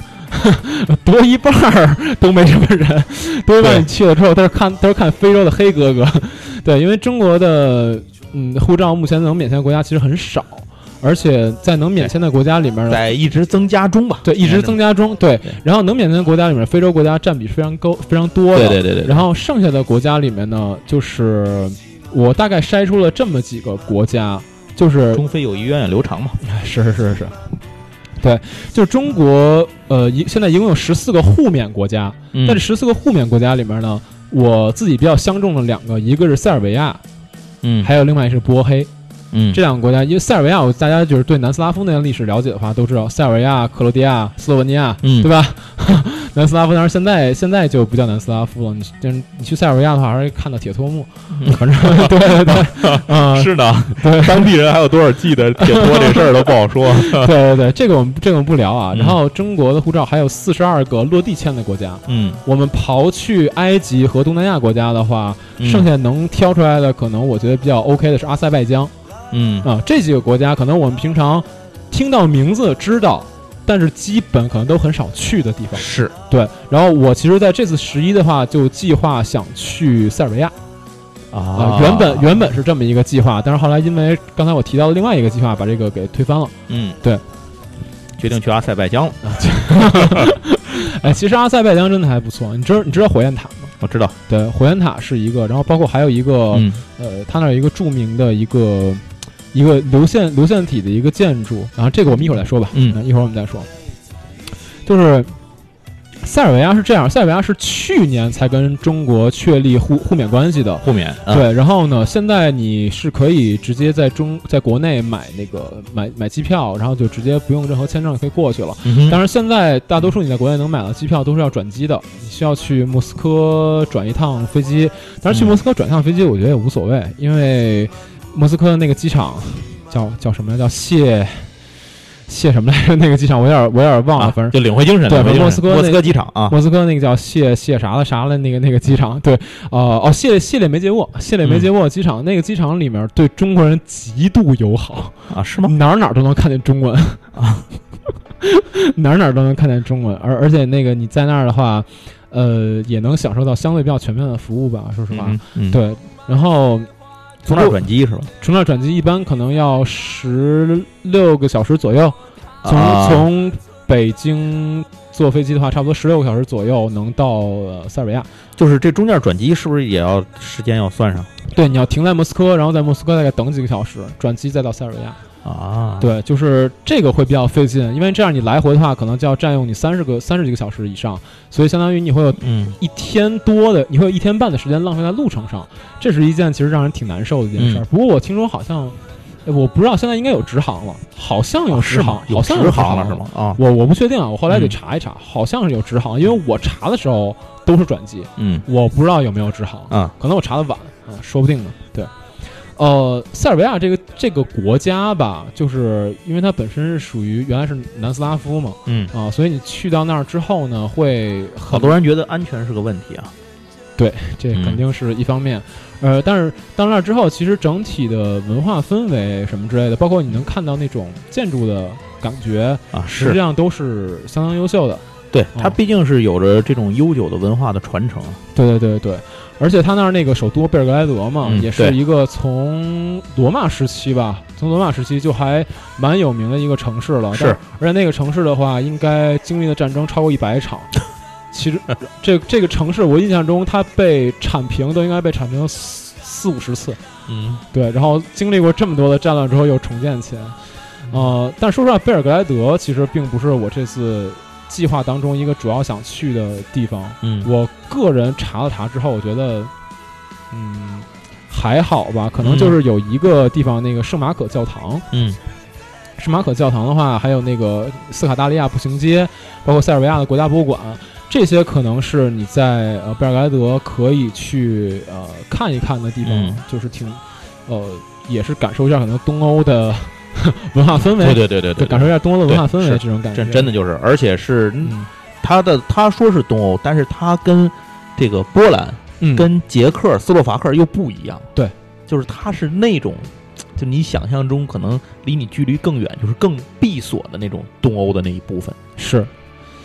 [SPEAKER 1] 多一半儿都没什么人，多一半你去了之后，都是看都是看非洲的黑哥哥。对，因为中国的嗯护照目前能免签的国家其实很少。而且在能免签的国家里面，
[SPEAKER 2] 在一直增加中吧，
[SPEAKER 1] 对，一直增加中，对。然后能免签的国家里面，非洲国家占比是非常高、非常多的，
[SPEAKER 2] 对对对对。
[SPEAKER 1] 然后剩下的国家里面呢，就是我大概筛出了这么几个国家，就是
[SPEAKER 2] 中非友谊源远流长嘛，
[SPEAKER 1] 是是是是，对，就是中国呃，一现在一共有十四个互免国家，
[SPEAKER 2] 嗯、
[SPEAKER 1] 在这十四个互免国家里面呢，我自己比较相中的两个，一个是塞尔维亚，
[SPEAKER 2] 嗯，
[SPEAKER 1] 还有另外一个是波黑。
[SPEAKER 2] 嗯，
[SPEAKER 1] 这两个国家，因为塞尔维亚，大家就是对南斯拉夫那段历史了解的话，都知道塞尔维亚、克罗地亚、斯洛文尼亚，
[SPEAKER 2] 嗯，
[SPEAKER 1] 对吧？南斯拉夫，但是现在现在就不叫南斯拉夫了。你就是你去塞尔维亚的话，还是看到铁托木，
[SPEAKER 2] 嗯、
[SPEAKER 1] 反正对对对，
[SPEAKER 2] 嗯，是的，对，当地人还有多少记得铁托这事儿都不好说。
[SPEAKER 1] 对对对，这个我们这个我们不聊啊。然后中国的护照还有四十二个落地签的国家，
[SPEAKER 2] 嗯，
[SPEAKER 1] 我们刨去埃及和东南亚国家的话，
[SPEAKER 2] 嗯、
[SPEAKER 1] 剩下能挑出来的，可能我觉得比较 OK 的是阿塞拜疆。
[SPEAKER 2] 嗯
[SPEAKER 1] 啊，这几个国家可能我们平常听到名字知道，但是基本可能都很少去的地方。
[SPEAKER 2] 是
[SPEAKER 1] 对。然后我其实在这次十一的话，就计划想去塞尔维亚
[SPEAKER 2] 啊、
[SPEAKER 1] 呃，原本原本是这么一个计划，但是后来因为刚才我提到的另外一个计划，把这个给推翻了。
[SPEAKER 2] 嗯，
[SPEAKER 1] 对，
[SPEAKER 2] 决定去阿塞拜疆了。
[SPEAKER 1] 哎，其实阿塞拜疆真的还不错。你知道你知道火焰塔吗？
[SPEAKER 2] 我知道。
[SPEAKER 1] 对，火焰塔是一个，然后包括还有一个，
[SPEAKER 2] 嗯、
[SPEAKER 1] 呃，它那有一个著名的一个。一个流线流线体的一个建筑，然后这个我们一会儿再说吧。
[SPEAKER 2] 嗯，
[SPEAKER 1] 一会儿我们再说。就是塞尔维亚是这样，塞尔维亚是去年才跟中国确立互互免关系的，
[SPEAKER 2] 互免、
[SPEAKER 1] 嗯、对。然后呢，现在你是可以直接在中在国内买那个买买机票，然后就直接不用任何签证可以过去了。
[SPEAKER 2] 嗯、
[SPEAKER 1] 当然，现在大多数你在国内能买到机票都是要转机的，你需要去莫斯科转一趟飞机。当然，去莫斯科转一趟飞机，我觉得也无所谓，因为。莫斯科的那个机场叫叫什么来？叫谢谢什么来着？那个机场我有点我有点忘了，
[SPEAKER 2] 啊、
[SPEAKER 1] 反正
[SPEAKER 2] 就领会精神。
[SPEAKER 1] 对，莫斯科
[SPEAKER 2] 莫斯科机场啊，
[SPEAKER 1] 莫斯科那个叫谢谢啥了啥了那个那个机场，对，呃哦谢谢列梅捷沃谢列梅捷沃机场、嗯、那个机场里面对中国人极度友好
[SPEAKER 2] 啊，是吗？
[SPEAKER 1] 哪儿哪儿都能看见中文啊，哪儿哪儿都能看见中文，而而且那个你在那儿的话，呃，也能享受到相对比较全面的服务吧，说实话，
[SPEAKER 2] 嗯嗯、
[SPEAKER 1] 对，然后。
[SPEAKER 2] 从那儿转机是吧？
[SPEAKER 1] 从那儿转机一般可能要十六个小时左右，从、
[SPEAKER 2] 啊、
[SPEAKER 1] 从北京坐飞机的话，差不多十六个小时左右能到、呃、塞尔维亚。
[SPEAKER 2] 就是这中间转机是不是也要时间要算上？
[SPEAKER 1] 对，你要停在莫斯科，然后在莫斯科大概等几个小时，转机再到塞尔维亚。
[SPEAKER 2] 啊，
[SPEAKER 1] 对，就是这个会比较费劲，因为这样你来回的话，可能就要占用你三十个三十几个小时以上，所以相当于你会有一天多的，嗯、你会有一天半的时间浪费在路程上，这是一件其实让人挺难受的一件事。
[SPEAKER 2] 嗯、
[SPEAKER 1] 不过我听说好像，我不知道现在应该有直航了，好像有直航，
[SPEAKER 2] 啊、有
[SPEAKER 1] 好像
[SPEAKER 2] 直
[SPEAKER 1] 航
[SPEAKER 2] 了是吗？啊，
[SPEAKER 1] 我我不确定啊，我后来得查一查，嗯、好像是有直航，因为我查的时候都是转机，
[SPEAKER 2] 嗯，
[SPEAKER 1] 我不知道有没有直航
[SPEAKER 2] 啊，
[SPEAKER 1] 可能我查的晚啊，说不定呢，对。呃，塞尔维亚这个这个国家吧，就是因为它本身是属于原来是南斯拉夫嘛，
[SPEAKER 2] 嗯
[SPEAKER 1] 啊，所以你去到那儿之后呢，会
[SPEAKER 2] 好多人觉得安全是个问题啊。
[SPEAKER 1] 对，这肯定是一方面。嗯、呃，但是到那儿之后，其实整体的文化氛围什么之类的，包括你能看到那种建筑的感觉
[SPEAKER 2] 啊，
[SPEAKER 1] 实际上都是相当优秀的。
[SPEAKER 2] 对，它毕竟是有着这种悠久的文化的传承。
[SPEAKER 1] 对对对对。而且他那儿那个首都贝尔格莱德嘛，
[SPEAKER 2] 嗯、
[SPEAKER 1] 也是一个从罗马时期吧，从罗马时期就还蛮有名的一个城市了。
[SPEAKER 2] 是，
[SPEAKER 1] 而且那个城市的话，应该经历的战争超过一百场。其实这这个城市，我印象中它被铲平都应该被铲平四四五十次。
[SPEAKER 2] 嗯，
[SPEAKER 1] 对。然后经历过这么多的战乱之后，又重建起来。呃，但说实话，贝尔格莱德其实并不是我这次计划当中一个主要想去的地方。
[SPEAKER 2] 嗯，
[SPEAKER 1] 我个人查了查之后，我觉得，嗯，还好吧，可能就是有一个地方，那个圣马可教堂。
[SPEAKER 2] 嗯，
[SPEAKER 1] 圣马可教堂的话，还有那个斯卡达利亚步行街，包括塞尔维亚的国家博物馆，这些可能是你在呃贝尔格莱德可以去呃看一看的地方，
[SPEAKER 2] 嗯、
[SPEAKER 1] 就是挺呃也是感受一下可能东欧的文化氛围。
[SPEAKER 2] 对对对对对，
[SPEAKER 1] 感受一下东欧的文化氛围这种感觉。
[SPEAKER 2] 真真的就是，而且是。嗯他的他说是东欧，但是他跟这个波兰、
[SPEAKER 1] 嗯、
[SPEAKER 2] 跟捷克斯洛伐克又不一样。
[SPEAKER 1] 对，
[SPEAKER 2] 就是他是那种，就你想象中可能离你距离更远，就是更闭锁的那种东欧的那一部分。
[SPEAKER 1] 是，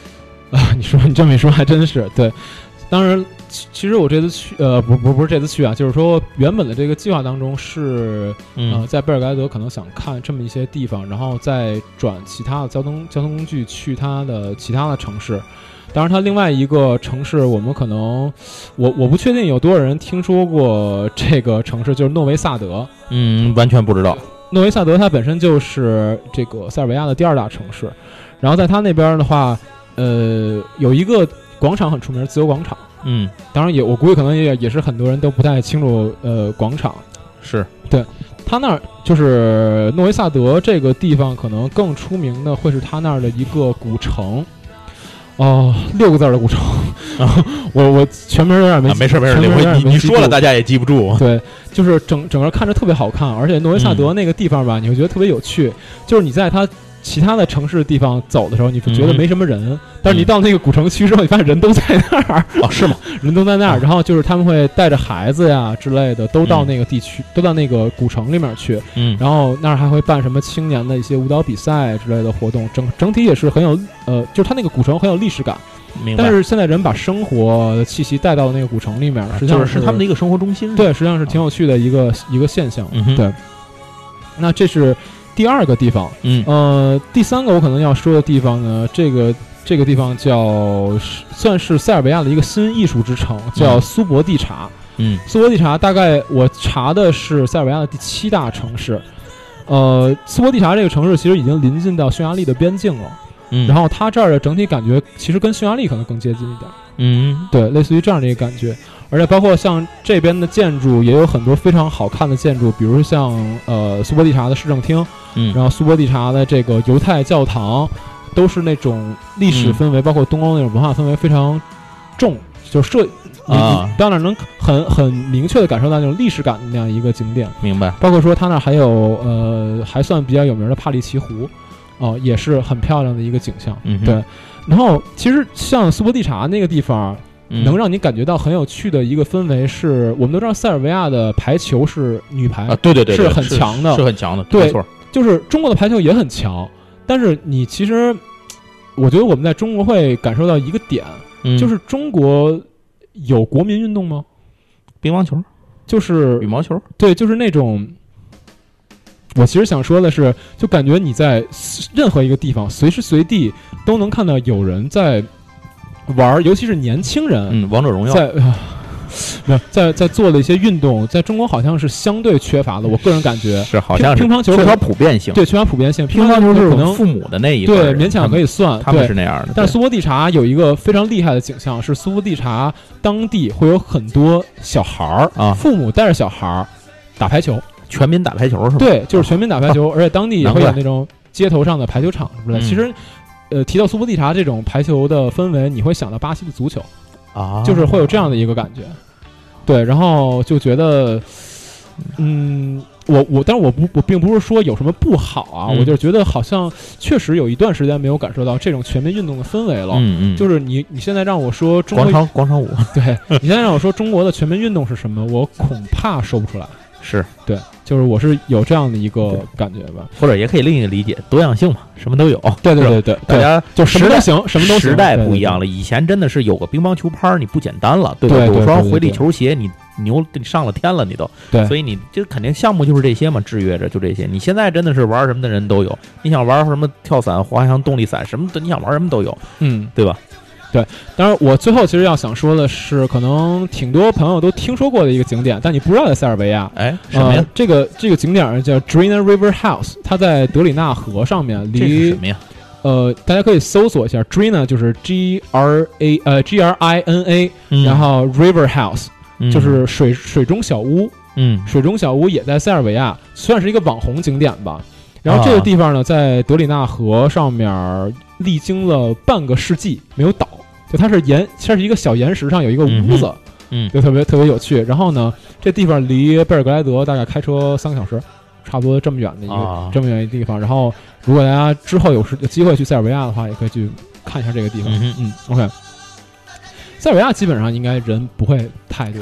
[SPEAKER 1] 啊，你说你这么一说还真是对。当然，其实我这次去，呃，不不不是这次去啊，就是说原本的这个计划当中是，呃，在贝尔格莱德可能想看这么一些地方，然后再转其他的交通交通工具去它的其他的城市。当然，它另外一个城市，我们可能，我我不确定有多少人听说过这个城市，就是诺维萨德。
[SPEAKER 2] 嗯，完全不知道。
[SPEAKER 1] 诺维萨德它本身就是这个塞尔维亚的第二大城市，然后在它那边的话，呃，有一个广场很出名，自由广场。
[SPEAKER 2] 嗯，
[SPEAKER 1] 当然也，我估计可能也也是很多人都不太清楚。呃，广场
[SPEAKER 2] 是
[SPEAKER 1] 对他那儿就是诺维萨德这个地方，可能更出名的会是他那儿的一个古城。哦，六个字的古城，然后我我全名有点没、
[SPEAKER 2] 啊、没事没事，你你说了大家也记不住。
[SPEAKER 1] 对，就是整整个看着特别好看，而且诺维萨德那个地方吧，嗯、你会觉得特别有趣，就是你在它其他的城市的地方走的时候，你会觉得没什么人，嗯、但是你到那个古城区之后，你发现人都在那儿。
[SPEAKER 2] 哦，是吗？
[SPEAKER 1] 人都在那儿，然后就是他们会带着孩子呀之类的，都到那个地区，嗯、都到那个古城里面去。
[SPEAKER 2] 嗯，
[SPEAKER 1] 然后那儿还会办什么青年的一些舞蹈比赛之类的活动，整整体也是很有呃，就是它那个古城很有历史感。
[SPEAKER 2] 明白。
[SPEAKER 1] 但是现在人把生活的气息带到那个古城里面，实际上
[SPEAKER 2] 是, 是他们的一个生活中心。
[SPEAKER 1] 对，实际上是挺有趣的一个、啊、一个现象。
[SPEAKER 2] 嗯、
[SPEAKER 1] 对。那这是第二个地方。
[SPEAKER 2] 嗯，
[SPEAKER 1] 呃，第三个我可能要说的地方呢，这个这个地方叫算是塞尔维亚的一个新艺术之城，叫苏博蒂察。
[SPEAKER 2] 嗯，
[SPEAKER 1] 苏博蒂察大概我查的是塞尔维亚的第七大城市。呃，苏博蒂察这个城市其实已经临近到匈牙利的边境了。
[SPEAKER 2] 嗯，
[SPEAKER 1] 然后它这儿的整体感觉其实跟匈牙利可能更接近一点。
[SPEAKER 2] 嗯，
[SPEAKER 1] 对，类似于这样的一个感觉。而且包括像这边的建筑也有很多非常好看的建筑，比如像呃苏博蒂察的市政厅，
[SPEAKER 2] 嗯，
[SPEAKER 1] 然后苏博蒂察的这个犹太教堂，都是那种历史氛围，嗯、包括东欧那种文化氛围非常重，就设
[SPEAKER 2] 啊，
[SPEAKER 1] 到那儿能很很明确的感受到那种历史感的那样一个景点。
[SPEAKER 2] 明白。
[SPEAKER 1] 包括说它那儿还有呃还算比较有名的帕利奇湖，哦、呃，也是很漂亮的一个景象。
[SPEAKER 2] 嗯，
[SPEAKER 1] 对。然后其实像苏博蒂察那个地方。
[SPEAKER 2] 嗯、
[SPEAKER 1] 能让你感觉到很有趣的一个氛围是，我们都知道塞尔维亚的排球是女排
[SPEAKER 2] 啊，对对 对, 对，
[SPEAKER 1] 是很强的，
[SPEAKER 2] 是, 是很强的，
[SPEAKER 1] 对，
[SPEAKER 2] 没错。
[SPEAKER 1] 就是中国的排球也很强，但是你其实，我觉得我们在中国会感受到一个点，
[SPEAKER 2] 嗯、
[SPEAKER 1] 就是中国有国民运动吗？
[SPEAKER 2] 乒乓球，
[SPEAKER 1] 就是
[SPEAKER 2] 羽毛球，
[SPEAKER 1] 对，就是那种。我其实想说的是，就感觉你在任何一个地方，随时随地都能看到有人在。玩，尤其是年轻人，
[SPEAKER 2] 嗯，王者荣耀
[SPEAKER 1] 在呃，在在做的一些运动，在中国好像是相对缺乏的。我个人感觉
[SPEAKER 2] 是，好像是
[SPEAKER 1] 乒乓球
[SPEAKER 2] 缺乏普遍性，
[SPEAKER 1] 对，缺乏普遍性。
[SPEAKER 2] 乒乓球是可能父母的那一
[SPEAKER 1] 对勉强可以算，
[SPEAKER 2] 他们是那样的。
[SPEAKER 1] 但是苏博蒂察有一个非常厉害的景象，是苏博蒂察当地会有很多小孩儿
[SPEAKER 2] 啊，
[SPEAKER 1] 父母带着小孩儿打排球，
[SPEAKER 2] 全民打排球是吧？
[SPEAKER 1] 对，就是全民打排球，
[SPEAKER 2] 啊、
[SPEAKER 1] 而且当地也会有那种街头上的排球场什么的。
[SPEAKER 2] 嗯、
[SPEAKER 1] 其实。呃，提到苏博蒂察这种排球的氛围，你会想到巴西的足球
[SPEAKER 2] 啊，
[SPEAKER 1] 就是会有这样的一个感觉。对，然后就觉得，嗯，我我，但是我不我并不是说有什么不好啊，
[SPEAKER 2] 嗯、
[SPEAKER 1] 我就觉得好像确实有一段时间没有感受到这种全民运动的氛围了。
[SPEAKER 2] 嗯嗯，
[SPEAKER 1] 就是你你现在让我说中国
[SPEAKER 2] 广场广场舞，
[SPEAKER 1] 对你现在让我说中国的全民运动是什么，我恐怕说不出来。
[SPEAKER 2] 是
[SPEAKER 1] 对，就是我是有这样的一个感觉吧，
[SPEAKER 2] 或者也可以另一个理解，多样性嘛，什么都有。
[SPEAKER 1] 对对对对，
[SPEAKER 2] 大家
[SPEAKER 1] 就什么都行，什么都行。
[SPEAKER 2] 时代不一样了，以前真的是有个乒乓球拍，你不简单了，对吧？
[SPEAKER 1] 对对对对对，
[SPEAKER 2] 有双回力球鞋，你牛，你上了天了，你都。
[SPEAKER 1] 对，
[SPEAKER 2] 所以你这肯定项目就是这些嘛，制约着就这些。你现在真的是玩什么的人都有，你想玩什么跳伞、滑翔、动力伞什么的，你想玩什么都有，
[SPEAKER 1] 嗯，
[SPEAKER 2] 对吧？
[SPEAKER 1] 对，当然我最后其实要想说的是，可能挺多朋友都听说过的一个景点，但你不知道在塞尔维亚。
[SPEAKER 2] 哎，什么呀？
[SPEAKER 1] 呃、这个这个景点叫 Drina River House， 它在德里纳河上面，离
[SPEAKER 2] 这是什么呀？
[SPEAKER 1] 呃，大家可以搜索一下 Drina， 就是 G R A 呃 G R I N A，、嗯、然后 River House、嗯、就是水水中小屋。
[SPEAKER 2] 嗯，
[SPEAKER 1] 水中小屋也在塞尔维亚，算是一个网红景点吧。然后这个地方呢，在德里纳河上面历经了半个世纪没有倒。就它是岩，它是一个小岩石上有一个屋子，
[SPEAKER 2] 嗯，
[SPEAKER 1] 就特别特别有趣。然后呢，这地方离贝尔格莱德大概开车三个小时，差不多这么远的一个、啊、这么远的地方。然后，如果大家之后有时有机会去塞尔维亚的话，也可以去看一下这个地方。
[SPEAKER 2] 嗯
[SPEAKER 1] 嗯 ，OK。塞尔维亚基本上应该人不会太多，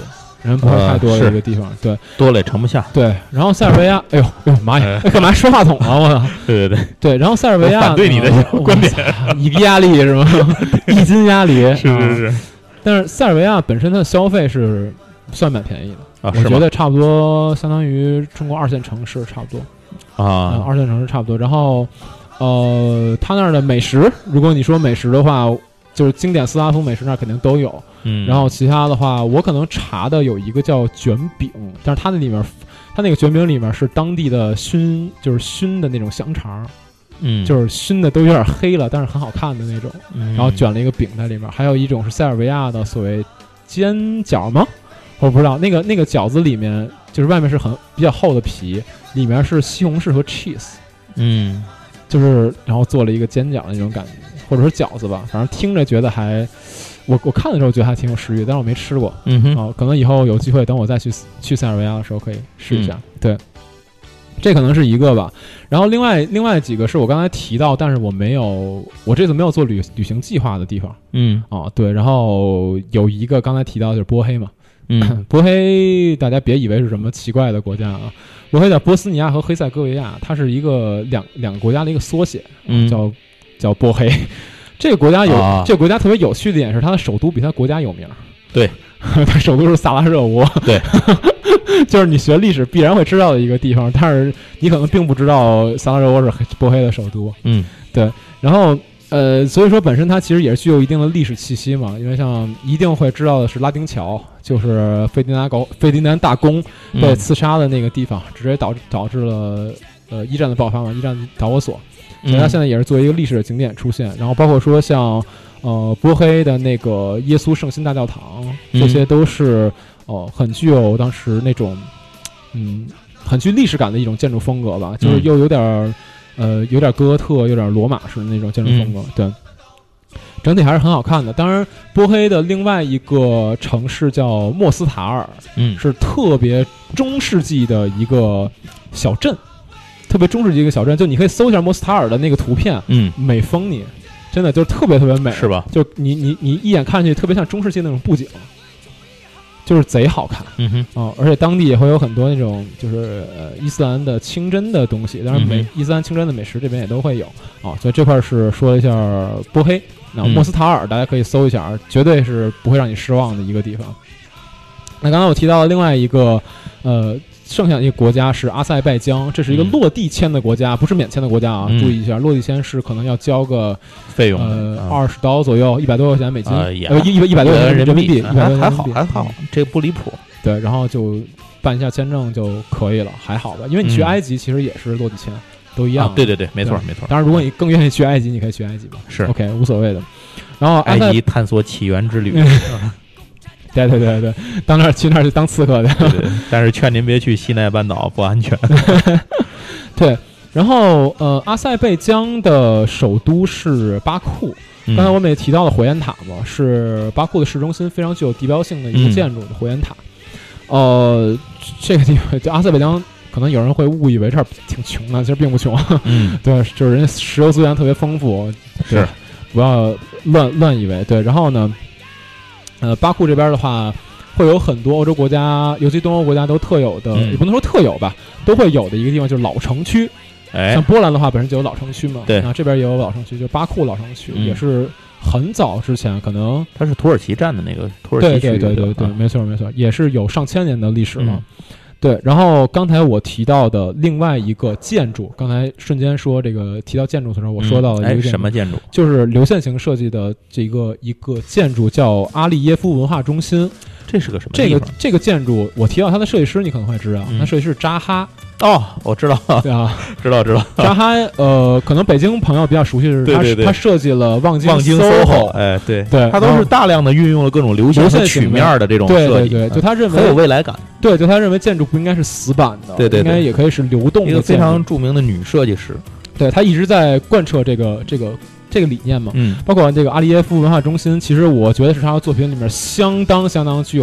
[SPEAKER 1] 人不会太多的一个地方，呃、对，
[SPEAKER 2] 多了也盛不下。
[SPEAKER 1] 对，然后塞尔维亚，哎呦，哎呦妈呀，哎、干嘛摔话筒啊？我操！
[SPEAKER 2] 对对对
[SPEAKER 1] 对，然后塞尔维亚
[SPEAKER 2] 反对你的观点，
[SPEAKER 1] 一个压力是吗？一斤压力，
[SPEAKER 2] 是是是。
[SPEAKER 1] 但是塞尔维亚本身它的消费是算蛮便宜的，
[SPEAKER 2] 啊、
[SPEAKER 1] 我觉得差不多相当于中国二线城市差不多
[SPEAKER 2] 啊、
[SPEAKER 1] 嗯，二线城市差不多。然后，呃，他那儿的美食，如果你说美食的话，就是经典斯拉夫美食那儿肯定都有。
[SPEAKER 2] 嗯，
[SPEAKER 1] 然后其他的话，我可能查的有一个叫卷饼，但是它那里面，它那个卷饼里面是当地的熏，就是熏的那种香肠。
[SPEAKER 2] 嗯，
[SPEAKER 1] 就是熏的都有点黑了，但是很好看的那种，
[SPEAKER 2] 嗯、
[SPEAKER 1] 然后卷了一个饼在里面。还有一种是塞尔维亚的所谓煎饺吗？我不知道，那个那个饺子里面就是外面是很比较厚的皮，里面是西红柿和 cheese，
[SPEAKER 2] 嗯，
[SPEAKER 1] 就是然后做了一个煎饺的那种感觉，或者说饺子吧，反正听着觉得还，我我看的时候觉得还挺有食欲，但是我没吃过，
[SPEAKER 2] 嗯哼，
[SPEAKER 1] 啊，可能以后有机会等我再去去塞尔维亚的时候可以试一下，
[SPEAKER 2] 嗯、
[SPEAKER 1] 对。这可能是一个吧，然后另外另外几个是我刚才提到，但是我没有，我这次没有做旅旅行计划的地方，
[SPEAKER 2] 嗯，
[SPEAKER 1] 啊，对，然后有一个刚才提到就是波黑嘛，
[SPEAKER 2] 嗯，
[SPEAKER 1] 波黑大家别以为是什么奇怪的国家啊，波黑叫波斯尼亚和黑塞哥维亚，它是一个两两个国家的一个缩写，
[SPEAKER 2] 嗯，
[SPEAKER 1] 叫叫波黑。这个国家有、
[SPEAKER 2] 啊、
[SPEAKER 1] 这个国家特别有趣的点是，它的首都比它国家有名，
[SPEAKER 2] 对，
[SPEAKER 1] 它首都是萨拉热窝，
[SPEAKER 2] 对。
[SPEAKER 1] 就是你学历史必然会知道的一个地方，但是你可能并不知道萨拉热窝是波黑的首都。
[SPEAKER 2] 嗯，
[SPEAKER 1] 对。然后呃，所以说本身它其实也是具有一定的历史气息嘛，因为像一定会知道的是拉丁桥，就是费迪南高费迪南大公被刺杀的那个地方，直接导致导致了呃一战的爆发嘛，一战导火索。所以它现在也是作为一个历史的景点出现，然后包括说像呃波黑的那个耶稣圣心大教堂，这些都是。哦，很具有当时那种，嗯，很具历史感的一种建筑风格吧，就是又有点，呃，有点哥特，有点罗马式的那种建筑风格，嗯、对，整体还是很好看的。当然，波黑的另外一个城市叫莫斯塔尔，
[SPEAKER 2] 嗯，
[SPEAKER 1] 是特别中世纪的一个小镇，特别中世纪一个小镇，就你可以搜一下莫斯塔尔的那个图片，
[SPEAKER 2] 嗯，
[SPEAKER 1] 美疯你，真的就是特别特别美，
[SPEAKER 2] 是吧？
[SPEAKER 1] 就你你你一眼看上去特别像中世纪那种布景。就是贼好看，
[SPEAKER 2] 嗯哼，
[SPEAKER 1] 哦，而且当地也会有很多那种就是呃伊斯兰的清真的东西，当然美、嗯、伊斯兰清真的美食这边也都会有啊、哦，所以这块是说了一下波黑，那莫斯塔尔大家可以搜一下，嗯、绝对是不会让你失望的一个地方。那刚才我提到的另外一个呃剩下一个国家是阿塞拜疆，这是一个落地签的国家，嗯、不是免签的国家啊，
[SPEAKER 2] 嗯、
[SPEAKER 1] 注意一下，落地签是可能要交个
[SPEAKER 2] 费用
[SPEAKER 1] 呃二十刀左右，一百多块钱美金，
[SPEAKER 2] 呃
[SPEAKER 1] 一一百一百多块钱人民币，
[SPEAKER 2] 还还好还好，这不离谱。
[SPEAKER 1] 对，然后就办一下签证就可以了，还好吧？因为你去埃及其实也是落地签，嗯、都一样、
[SPEAKER 2] 啊。对对对，没错没错。
[SPEAKER 1] 当然，如果你更愿意去埃及，你可以去埃及吧，
[SPEAKER 2] 是
[SPEAKER 1] OK 无所谓的。然后
[SPEAKER 2] 埃及探索起源之旅。
[SPEAKER 1] 对对对对，到那儿去那儿就当刺客的。
[SPEAKER 2] 对对，但是劝您别去西奈半岛，不安全。
[SPEAKER 1] 对，然后呃，阿塞拜疆的首都是巴库。
[SPEAKER 2] 嗯、
[SPEAKER 1] 刚才我们也提到了火焰塔嘛，是巴库的市中心非常具有地标性的一个建筑的火焰塔。嗯、呃，这个地方就阿塞拜疆，可能有人会误以为这儿挺穷的，其实并不穷。
[SPEAKER 2] 嗯，
[SPEAKER 1] 对，就是人家石油资源特别丰富。
[SPEAKER 2] 是，
[SPEAKER 1] 不要乱乱以为。对，然后呢？呃，巴库这边的话，会有很多欧洲国家，尤其东欧国家都特有的，
[SPEAKER 2] 嗯、
[SPEAKER 1] 也不能说特有吧，都会有的一个地方就是老城区。
[SPEAKER 2] 哎，
[SPEAKER 1] 像波兰的话，本身就有老城区嘛，
[SPEAKER 2] 对，
[SPEAKER 1] 那这边也有老城区，就是巴库老城区，
[SPEAKER 2] 嗯、
[SPEAKER 1] 也是很早之前，可能
[SPEAKER 2] 它是土耳其占的那个土耳其区域，
[SPEAKER 1] 对对对对对，
[SPEAKER 2] 啊、
[SPEAKER 1] 没错没错，也是有上千年的历史了。
[SPEAKER 2] 嗯
[SPEAKER 1] 对，然后刚才我提到的另外一个建筑，刚才瞬间说这个提到建筑的时候，我说到了一个建筑、
[SPEAKER 2] 嗯哎、什么建筑？
[SPEAKER 1] 就是流线型设计的这个一个建筑，叫阿利耶夫文化中心。
[SPEAKER 2] 这是个什么
[SPEAKER 1] 这个这个建筑，我提到它的设计师，你可能会知道，
[SPEAKER 2] 嗯、
[SPEAKER 1] 它设计师扎哈。
[SPEAKER 2] 哦，我知道，
[SPEAKER 1] 对啊，
[SPEAKER 2] 知道知道。
[SPEAKER 1] 扎哈，呃，可能北京朋友比较熟悉的是，
[SPEAKER 2] 对对对，
[SPEAKER 1] 他设计了望京
[SPEAKER 2] 望京
[SPEAKER 1] S O H O，
[SPEAKER 2] 哎，对
[SPEAKER 1] 对，
[SPEAKER 2] 他都是大量的运用了各种流线和曲面的这种设计，
[SPEAKER 1] 对对对，就他认为
[SPEAKER 2] 很有未来感。
[SPEAKER 1] 对，就他认为建筑不应该是死板的，
[SPEAKER 2] 对对，
[SPEAKER 1] 应该也可以是流动的。
[SPEAKER 2] 一个非常著名的女设计师，
[SPEAKER 1] 对他一直在贯彻这个这个这个理念嘛。
[SPEAKER 2] 嗯，
[SPEAKER 1] 包括这个阿利耶夫文化中心，其实我觉得是他的作品里面相当相当具有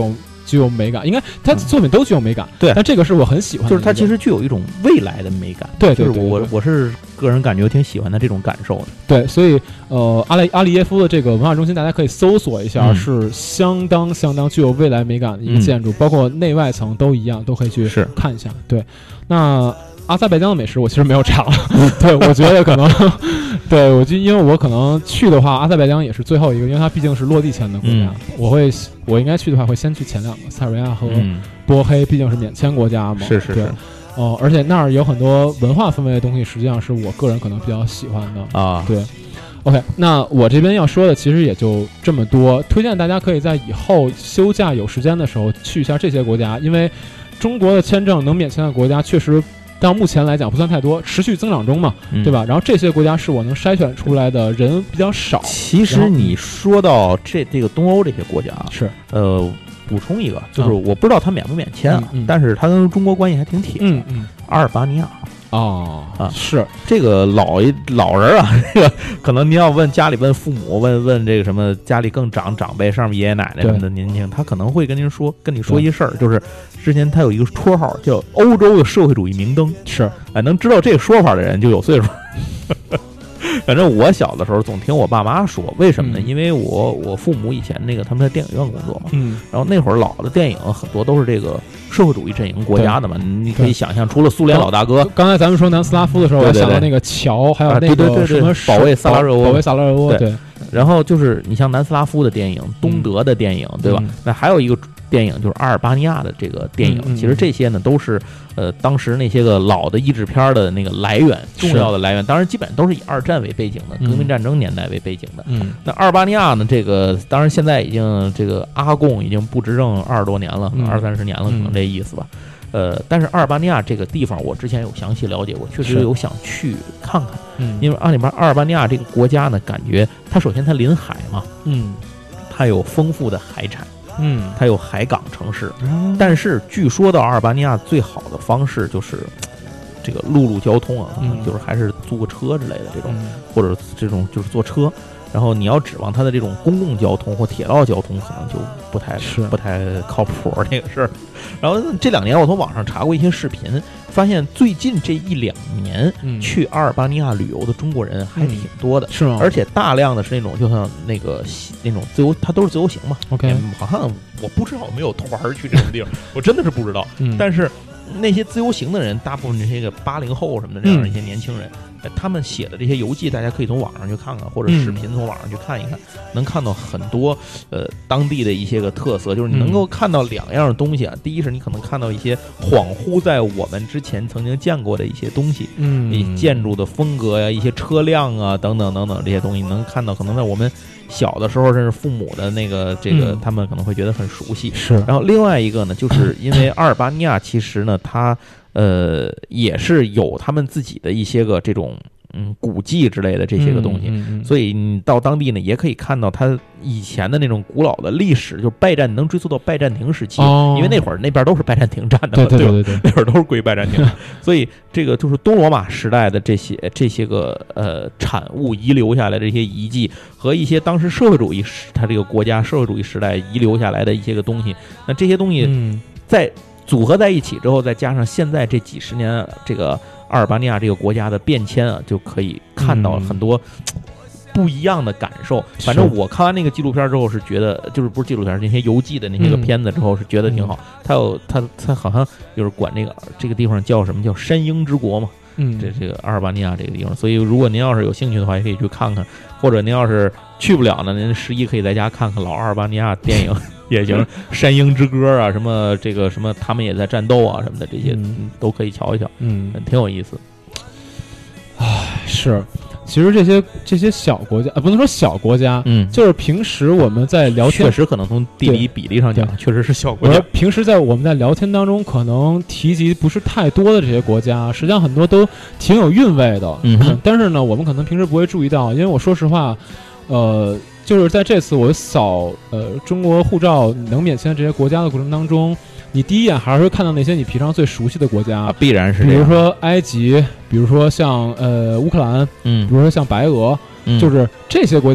[SPEAKER 1] 具有美感，应该他作品都具有美感，
[SPEAKER 2] 对、嗯，
[SPEAKER 1] 但这个是我很喜欢的，
[SPEAKER 2] 就是他其实具有一种未来的美感，
[SPEAKER 1] 对对对对对，
[SPEAKER 2] 就是我我是个人感觉挺喜欢他这种感受的，
[SPEAKER 1] 对，所以呃，阿列阿利耶夫的这个文化中心，大家可以搜索一下，嗯、是相当相当具有未来美感的一个建筑，嗯、包括内外层都一样，都可以去看一下。对，那阿塞拜疆的美食我其实没有尝，对，我觉得可能，对我就因为我可能去的话，阿塞拜疆也是最后一个，因为它毕竟是落地签的国家，嗯、我会我应该去的话会先去前两个，塞尔维亚和波黑，毕竟是免签国家嘛，
[SPEAKER 2] 是是是。
[SPEAKER 1] 哦、呃，而且那儿有很多文化氛围的东西，实际上是我个人可能比较喜欢的
[SPEAKER 2] 啊。
[SPEAKER 1] 对 ，OK， 那我这边要说的其实也就这么多，推荐大家可以在以后休假有时间的时候去一下这些国家，因为中国的签证能免签的国家确实到目前来讲不算太多，持续增长中嘛，
[SPEAKER 2] 嗯、
[SPEAKER 1] 对吧？然后这些国家是我能筛选出来的人比较少。
[SPEAKER 2] 其实你说到这这个东欧这些国家，
[SPEAKER 1] 是
[SPEAKER 2] 呃。补充一个，就是我不知道他免不免签啊，
[SPEAKER 1] 嗯嗯、
[SPEAKER 2] 但是他跟中国关系还挺铁的。
[SPEAKER 1] 嗯嗯，
[SPEAKER 2] 阿尔巴尼亚
[SPEAKER 1] 哦
[SPEAKER 2] 啊，
[SPEAKER 1] 是
[SPEAKER 2] 这个老一老人啊，这个可能您要问家里问父母，问问这个什么家里更长长辈，上面爷爷奶奶什么的年轻，他可能会跟您说跟你说一事儿，就是之前他有一个绰号叫欧洲的社会主义明灯，
[SPEAKER 1] 是
[SPEAKER 2] 哎，能知道这个说法的人就有岁数。反正我小的时候总听我爸妈说，为什么呢？
[SPEAKER 1] 嗯、
[SPEAKER 2] 因为我我父母以前那个他们在电影院工作嘛，
[SPEAKER 1] 嗯，
[SPEAKER 2] 然后那会儿老的电影很多都是这个社会主义阵营国家的嘛，你可以想象，除了苏联老大哥，
[SPEAKER 1] 刚才咱们说南斯拉夫的时候，我想到那个乔，还有那个什么
[SPEAKER 2] 保卫萨拉热窝，
[SPEAKER 1] 保卫萨拉热窝，对。
[SPEAKER 2] 然后就是你像南斯拉夫的电影、东德的电影，
[SPEAKER 1] 嗯、
[SPEAKER 2] 对吧？那还有一个电影就是阿尔巴尼亚的这个电影，
[SPEAKER 1] 嗯、
[SPEAKER 2] 其实这些呢都是呃当时那些个老的译制片的那个来源，重要的来源，当然基本都是以二战为背景的，革命战争年代为背景的。
[SPEAKER 1] 嗯，
[SPEAKER 2] 那阿尔巴尼亚呢，这个当然现在已经这个阿贡已经不执政二十多年了，
[SPEAKER 1] 嗯、
[SPEAKER 2] 二三十年了，可能这意思吧。呃，但是阿尔巴尼亚这个地方，我之前有详细了解过，确实有想去看看。
[SPEAKER 1] 嗯，
[SPEAKER 2] 因为阿里巴阿尔巴尼亚这个国家呢，感觉它首先它临海嘛，
[SPEAKER 1] 嗯，
[SPEAKER 2] 它有丰富的海产，
[SPEAKER 1] 嗯，
[SPEAKER 2] 它有海港城市。
[SPEAKER 1] 嗯、
[SPEAKER 2] 但是据说到阿尔巴尼亚最好的方式就是这个陆路交通啊，
[SPEAKER 1] 嗯、
[SPEAKER 2] 就是还是租个车之类的这种，
[SPEAKER 1] 嗯、
[SPEAKER 2] 或者这种就是坐车。然后你要指望它的这种公共交通或铁道交通，可能就不太
[SPEAKER 1] 是
[SPEAKER 2] 不太靠谱这个事儿。然后这两年我从网上查过一些视频，发现最近这一两年、
[SPEAKER 1] 嗯、
[SPEAKER 2] 去阿尔巴尼亚旅游的中国人还挺多的，
[SPEAKER 1] 嗯、是吗？
[SPEAKER 2] 而且大量的是那种就像那个那种自由，它都是自由行嘛。
[SPEAKER 1] OK，
[SPEAKER 2] 好像我不知道有没有团儿去这种地方，我真的是不知道。
[SPEAKER 1] 嗯、
[SPEAKER 2] 但是那些自由行的人，大部分这些个八零后什么的这样的一些年轻人。嗯，他们写的这些游记，大家可以从网上去看看，或者视频从网上去看一看，嗯、能看到很多呃当地的一些个特色，就是你能够看到两样东西啊。嗯、第一是你可能看到一些恍惚在我们之前曾经见过的一些东西，
[SPEAKER 1] 嗯，
[SPEAKER 2] 建筑的风格呀、一些车辆啊等等等等这些东西，能看到可能在我们小的时候，甚至父母的那个这个，
[SPEAKER 1] 嗯、
[SPEAKER 2] 他们可能会觉得很熟悉。
[SPEAKER 1] 是。
[SPEAKER 2] 然后另外一个呢，就是因为阿尔巴尼亚其实呢，它呃也是有他们自己的一些个这种。嗯，古迹之类的这些个东西，
[SPEAKER 1] 嗯嗯嗯、
[SPEAKER 2] 所以你到当地呢，也可以看到它以前的那种古老的历史，就是拜占，能追溯到拜占庭时期，
[SPEAKER 1] 哦、
[SPEAKER 2] 因为那会儿那边都是拜占庭占的，
[SPEAKER 1] 对对对对对，
[SPEAKER 2] 那会儿都是归拜占庭，所以这个就是东罗马时代的这些这些个呃产物遗留下来的这些遗迹，和一些当时社会主义时它这个国家社会主义时代遗留下来的一些个东西，那这些东西在组合在一起之后，再加上现在这几十年这个。阿尔巴尼亚这个国家的变迁啊，就可以看到很多不一样的感受。嗯、反正我看完那个纪录片之后是觉得，就是不是纪录片，那些游记的那些个片子之后是觉得挺好。嗯、他有他他好像就是管这个这个地方叫什么叫山鹰之国嘛。
[SPEAKER 1] 嗯，
[SPEAKER 2] 这这个阿尔巴尼亚这个地方，所以如果您要是有兴趣的话，也可以去看看，或者您要是去不了呢，您十一可以在家看看老阿尔巴尼亚电影也行，山鹰之歌啊，什么这个什么他们也在战斗啊什么的，这些、嗯、都可以瞧一瞧，
[SPEAKER 1] 嗯，
[SPEAKER 2] 挺有意思。
[SPEAKER 1] 唉，是。其实这些这些小国家，呃，不能说小国家，
[SPEAKER 2] 嗯，
[SPEAKER 1] 就是平时我们在聊天，
[SPEAKER 2] 确实可能从地理比例上讲，确实是小国家。
[SPEAKER 1] 平时在我们在聊天当中，可能提及不是太多的这些国家，实际上很多都挺有韵味的。
[SPEAKER 2] 嗯哼，
[SPEAKER 1] 但是呢，我们可能平时不会注意到，因为我说实话，呃，就是在这次我扫呃中国护照能免签这些国家的过程当中。你第一眼还是会看到那些你平常最熟悉的国家，
[SPEAKER 2] 啊、必然是，
[SPEAKER 1] 比如说埃及，比如说像呃乌克兰，
[SPEAKER 2] 嗯，
[SPEAKER 1] 比如说像白俄，
[SPEAKER 2] 嗯、
[SPEAKER 1] 就是这些国家，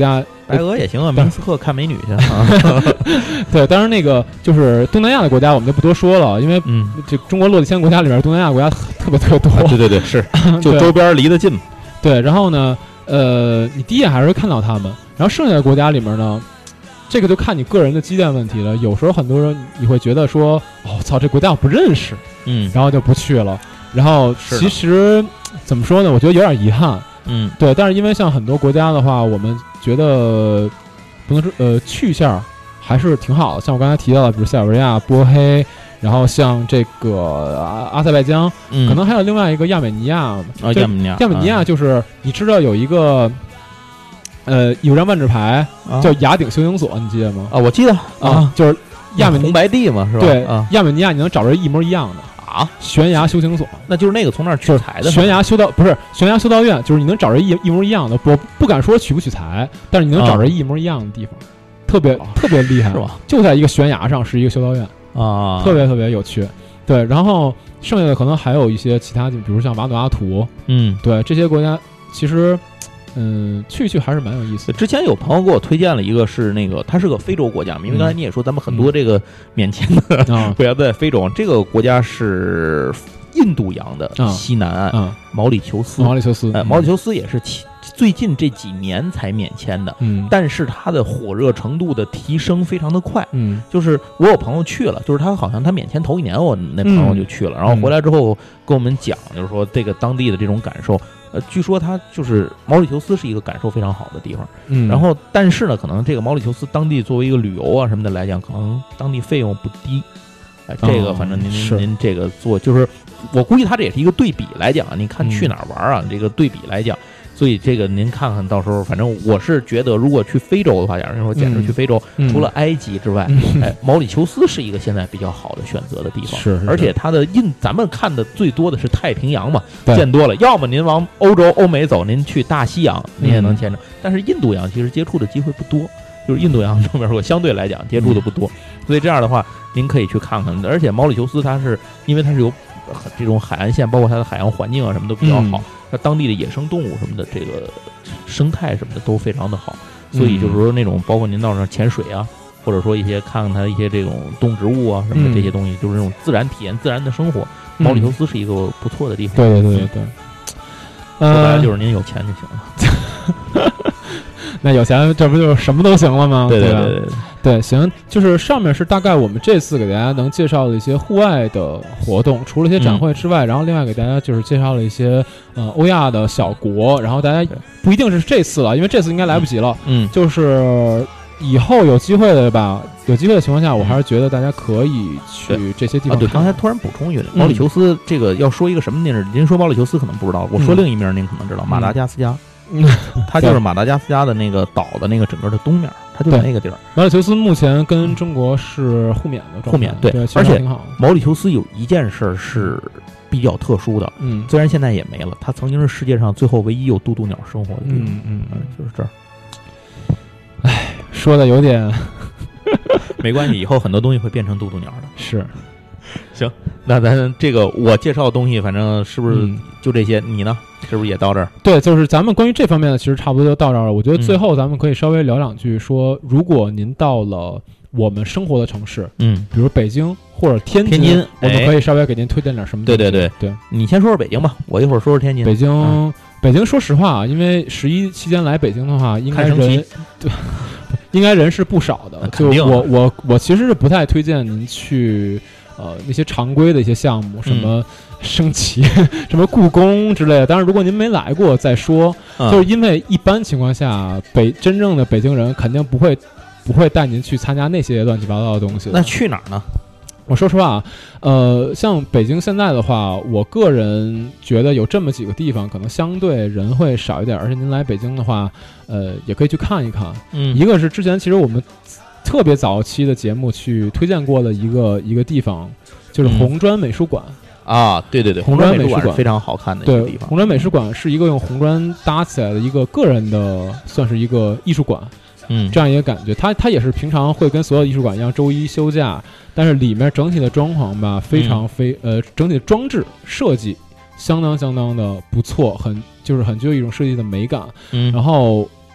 [SPEAKER 2] 白俄也行啊，明斯克看美女去啊。
[SPEAKER 1] 对，当然那个就是东南亚的国家我们就不多说了，因为
[SPEAKER 2] 嗯，
[SPEAKER 1] 这中国落地签国家里面，东南亚国家特别特别多。
[SPEAKER 2] 啊、对对对，是，就周边离得近嘛。
[SPEAKER 1] 对，然后呢，呃，你第一眼还是会看到他们，然后剩下的国家里面呢，这个就看你个人的积淀问题了。有时候很多人你会觉得说，哦，操，这国家我不认识，
[SPEAKER 2] 嗯，
[SPEAKER 1] 然后就不去了。然后其实怎么说呢？我觉得有点遗憾。
[SPEAKER 2] 嗯，
[SPEAKER 1] 对，但是因为像很多国家的话，我们觉得不能说呃去向还是挺好的。像我刚才提到的，比如塞尔维亚、波黑，然后像这个阿阿塞拜疆、嗯，可能还有另外一个亚美尼亚。
[SPEAKER 2] 啊、哦，亚美尼亚，
[SPEAKER 1] 亚美尼亚就是你知道有一个呃有张万智牌、啊、叫雅典修行所，你记得吗？
[SPEAKER 2] 啊，我记得
[SPEAKER 1] 啊，就是亚美尼
[SPEAKER 2] 红白地嘛，是吧？
[SPEAKER 1] 对，
[SPEAKER 2] 啊、
[SPEAKER 1] 亚美尼亚你能找着一模一样的。
[SPEAKER 2] 啊，
[SPEAKER 1] 悬崖修行所，
[SPEAKER 2] 那就是那个从那儿取材的。
[SPEAKER 1] 悬崖修道不是悬崖修道院，就是你能找着一一模一样的。我不敢说取不取材，但是你能找着一模一样的地方，啊、特别、啊、特别厉害，
[SPEAKER 2] 是吧？
[SPEAKER 1] 就在一个悬崖上是一个修道院
[SPEAKER 2] 啊，
[SPEAKER 1] 特别特别有趣。对，然后剩下的可能还有一些其他，比如像瓦努阿图，
[SPEAKER 2] 嗯，
[SPEAKER 1] 对，这些国家其实。嗯，去一去还是蛮有意思的。
[SPEAKER 2] 之前有朋友给我推荐了一个，是那个它是个非洲国家嘛，因为刚才你也说咱们很多这个免签的国家在非洲，嗯、这个国家是印度洋的西南岸，
[SPEAKER 1] 嗯、
[SPEAKER 2] 毛里求斯。
[SPEAKER 1] 毛里求斯，
[SPEAKER 2] 呃，毛里求斯也是其最近这几年才免签的，
[SPEAKER 1] 嗯，
[SPEAKER 2] 但是它的火热程度的提升非常的快，
[SPEAKER 1] 嗯，
[SPEAKER 2] 就是我有朋友去了，就是他好像他免签头一年，我那朋友就去了，
[SPEAKER 1] 嗯、
[SPEAKER 2] 然后回来之后跟我们讲，就是说这个当地的这种感受。呃，据说它就是毛里求斯是一个感受非常好的地方，
[SPEAKER 1] 嗯，
[SPEAKER 2] 然后但是呢，可能这个毛里求斯当地作为一个旅游啊什么的来讲，可能当地费用不低，哎、呃，这个反正您、
[SPEAKER 1] 哦、
[SPEAKER 2] 您这个做就是，我估计它这也是一个对比来讲，你看去哪儿玩啊，嗯、这个对比来讲。所以这个您看看到时候，反正我是觉得，如果去非洲的话，假如说简直去非洲，
[SPEAKER 1] 嗯、
[SPEAKER 2] 除了埃及之外，
[SPEAKER 1] 嗯、
[SPEAKER 2] 哎，毛里求斯是一个现在比较好的选择的地方。
[SPEAKER 1] 是，
[SPEAKER 2] 而且它的印，咱们看的最多的是太平洋嘛，见多了。要么您往欧洲、欧美走，您去大西洋，您也能见着。嗯、但是印度洋其实接触的机会不多，就是印度洋这边说相对来讲接触的不多，嗯、所以这样的话，您可以去看看。而且毛里求斯它是因为它是有这种海岸线，包括它的海洋环境啊什么都比较好。嗯它当地的野生动物什么的，这个生态什么的都非常的好，所以就是说那种包括您到那儿潜水啊，或者说一些看看它一些这种动植物啊什么的这些东西，就是那种自然体验自然的生活。毛里求斯是一个不错的地方。
[SPEAKER 1] 对对对对对，
[SPEAKER 2] 说白了就是您有钱就行了。
[SPEAKER 1] 那有钱这不就是什么都行了吗？
[SPEAKER 2] 对对对对
[SPEAKER 1] 对, 对，行，就是上面是大概我们这次给大家能介绍的一些户外的活动，除了一些展会之外，嗯、然后另外给大家就是介绍了一些呃欧亚的小国，然后大家不一定是这次了，因为这次应该来不及了，
[SPEAKER 2] 嗯，
[SPEAKER 1] 就是以后有机会的吧，有机会的情况下，我还是觉得大家可以去这些地方看看。
[SPEAKER 2] 啊，对，刚才突然补充一句，毛里求斯这个要说一个什么地儿？您说毛里求斯可能不知道，我说另一面您可能知道，马达加斯加。嗯，它就是马达加斯加的那个岛的那个整个的东面，它就是那个地儿。
[SPEAKER 1] 毛里求斯目前跟中国是互免的状态，
[SPEAKER 2] 互免对，
[SPEAKER 1] 对，
[SPEAKER 2] 而且毛里求斯有一件事是比较特殊的，
[SPEAKER 1] 嗯，
[SPEAKER 2] 虽然现在也没了，它曾经是世界上最后唯一有渡渡鸟生活的地方，
[SPEAKER 1] 嗯嗯嗯，
[SPEAKER 2] 就是这儿。
[SPEAKER 1] 哎，说的有点
[SPEAKER 2] 没关系，以后很多东西会变成渡渡鸟的。
[SPEAKER 1] 是，
[SPEAKER 2] 行，那咱这个我介绍的东西，反正是不是就这些？嗯、你呢？是不是也到这儿？
[SPEAKER 1] 对，就是咱们关于这方面的，其实差不多就到这儿了。我觉得最后咱们可以稍微聊两句说，说如果您到了我们生活的城市，
[SPEAKER 2] 嗯，
[SPEAKER 1] 比如北京或者天津，
[SPEAKER 2] 天津
[SPEAKER 1] 我们可以稍微给您推荐点什么东西。
[SPEAKER 2] 对对对
[SPEAKER 1] 对，
[SPEAKER 2] 你先说说北京吧，我一会儿说说天津。
[SPEAKER 1] 北京，
[SPEAKER 2] 嗯、
[SPEAKER 1] 北京，说实话啊，因为十一期间来北京的话，应该人对，应该人是不少的。就我我我其实是不太推荐您去。呃，那些常规的一些项目，什么升旗、嗯、什么故宫之类的。当然，如果您没来过再说，
[SPEAKER 2] 嗯、
[SPEAKER 1] 就是因为一般情况下，北真正的北京人肯定不会不会带您去参加那些乱七八糟的东西。
[SPEAKER 2] 那去哪儿呢？
[SPEAKER 1] 我说实话啊，呃，像北京现在的话，我个人觉得有这么几个地方，可能相对人会少一点，而且您来北京的话，呃，也可以去看一看。
[SPEAKER 2] 嗯，
[SPEAKER 1] 一个是之前其实我们。特别早期的节目去推荐过的一个一个地方，就是红砖美术馆、
[SPEAKER 2] 嗯、啊，对对对，
[SPEAKER 1] 红砖美术馆
[SPEAKER 2] 非常好看的一个地方。
[SPEAKER 1] 红砖美术馆是一个用红砖搭起来的一个个人的，算是一个艺术馆，
[SPEAKER 2] 嗯，
[SPEAKER 1] 这样一个感觉。它它也是平常会跟所有艺术馆一样周一休假，但是里面整体的装潢吧，非常非、嗯、呃，整体的装置设计相当相当的不错，很就是很具有一种设计的美感。
[SPEAKER 2] 嗯，
[SPEAKER 1] 然后。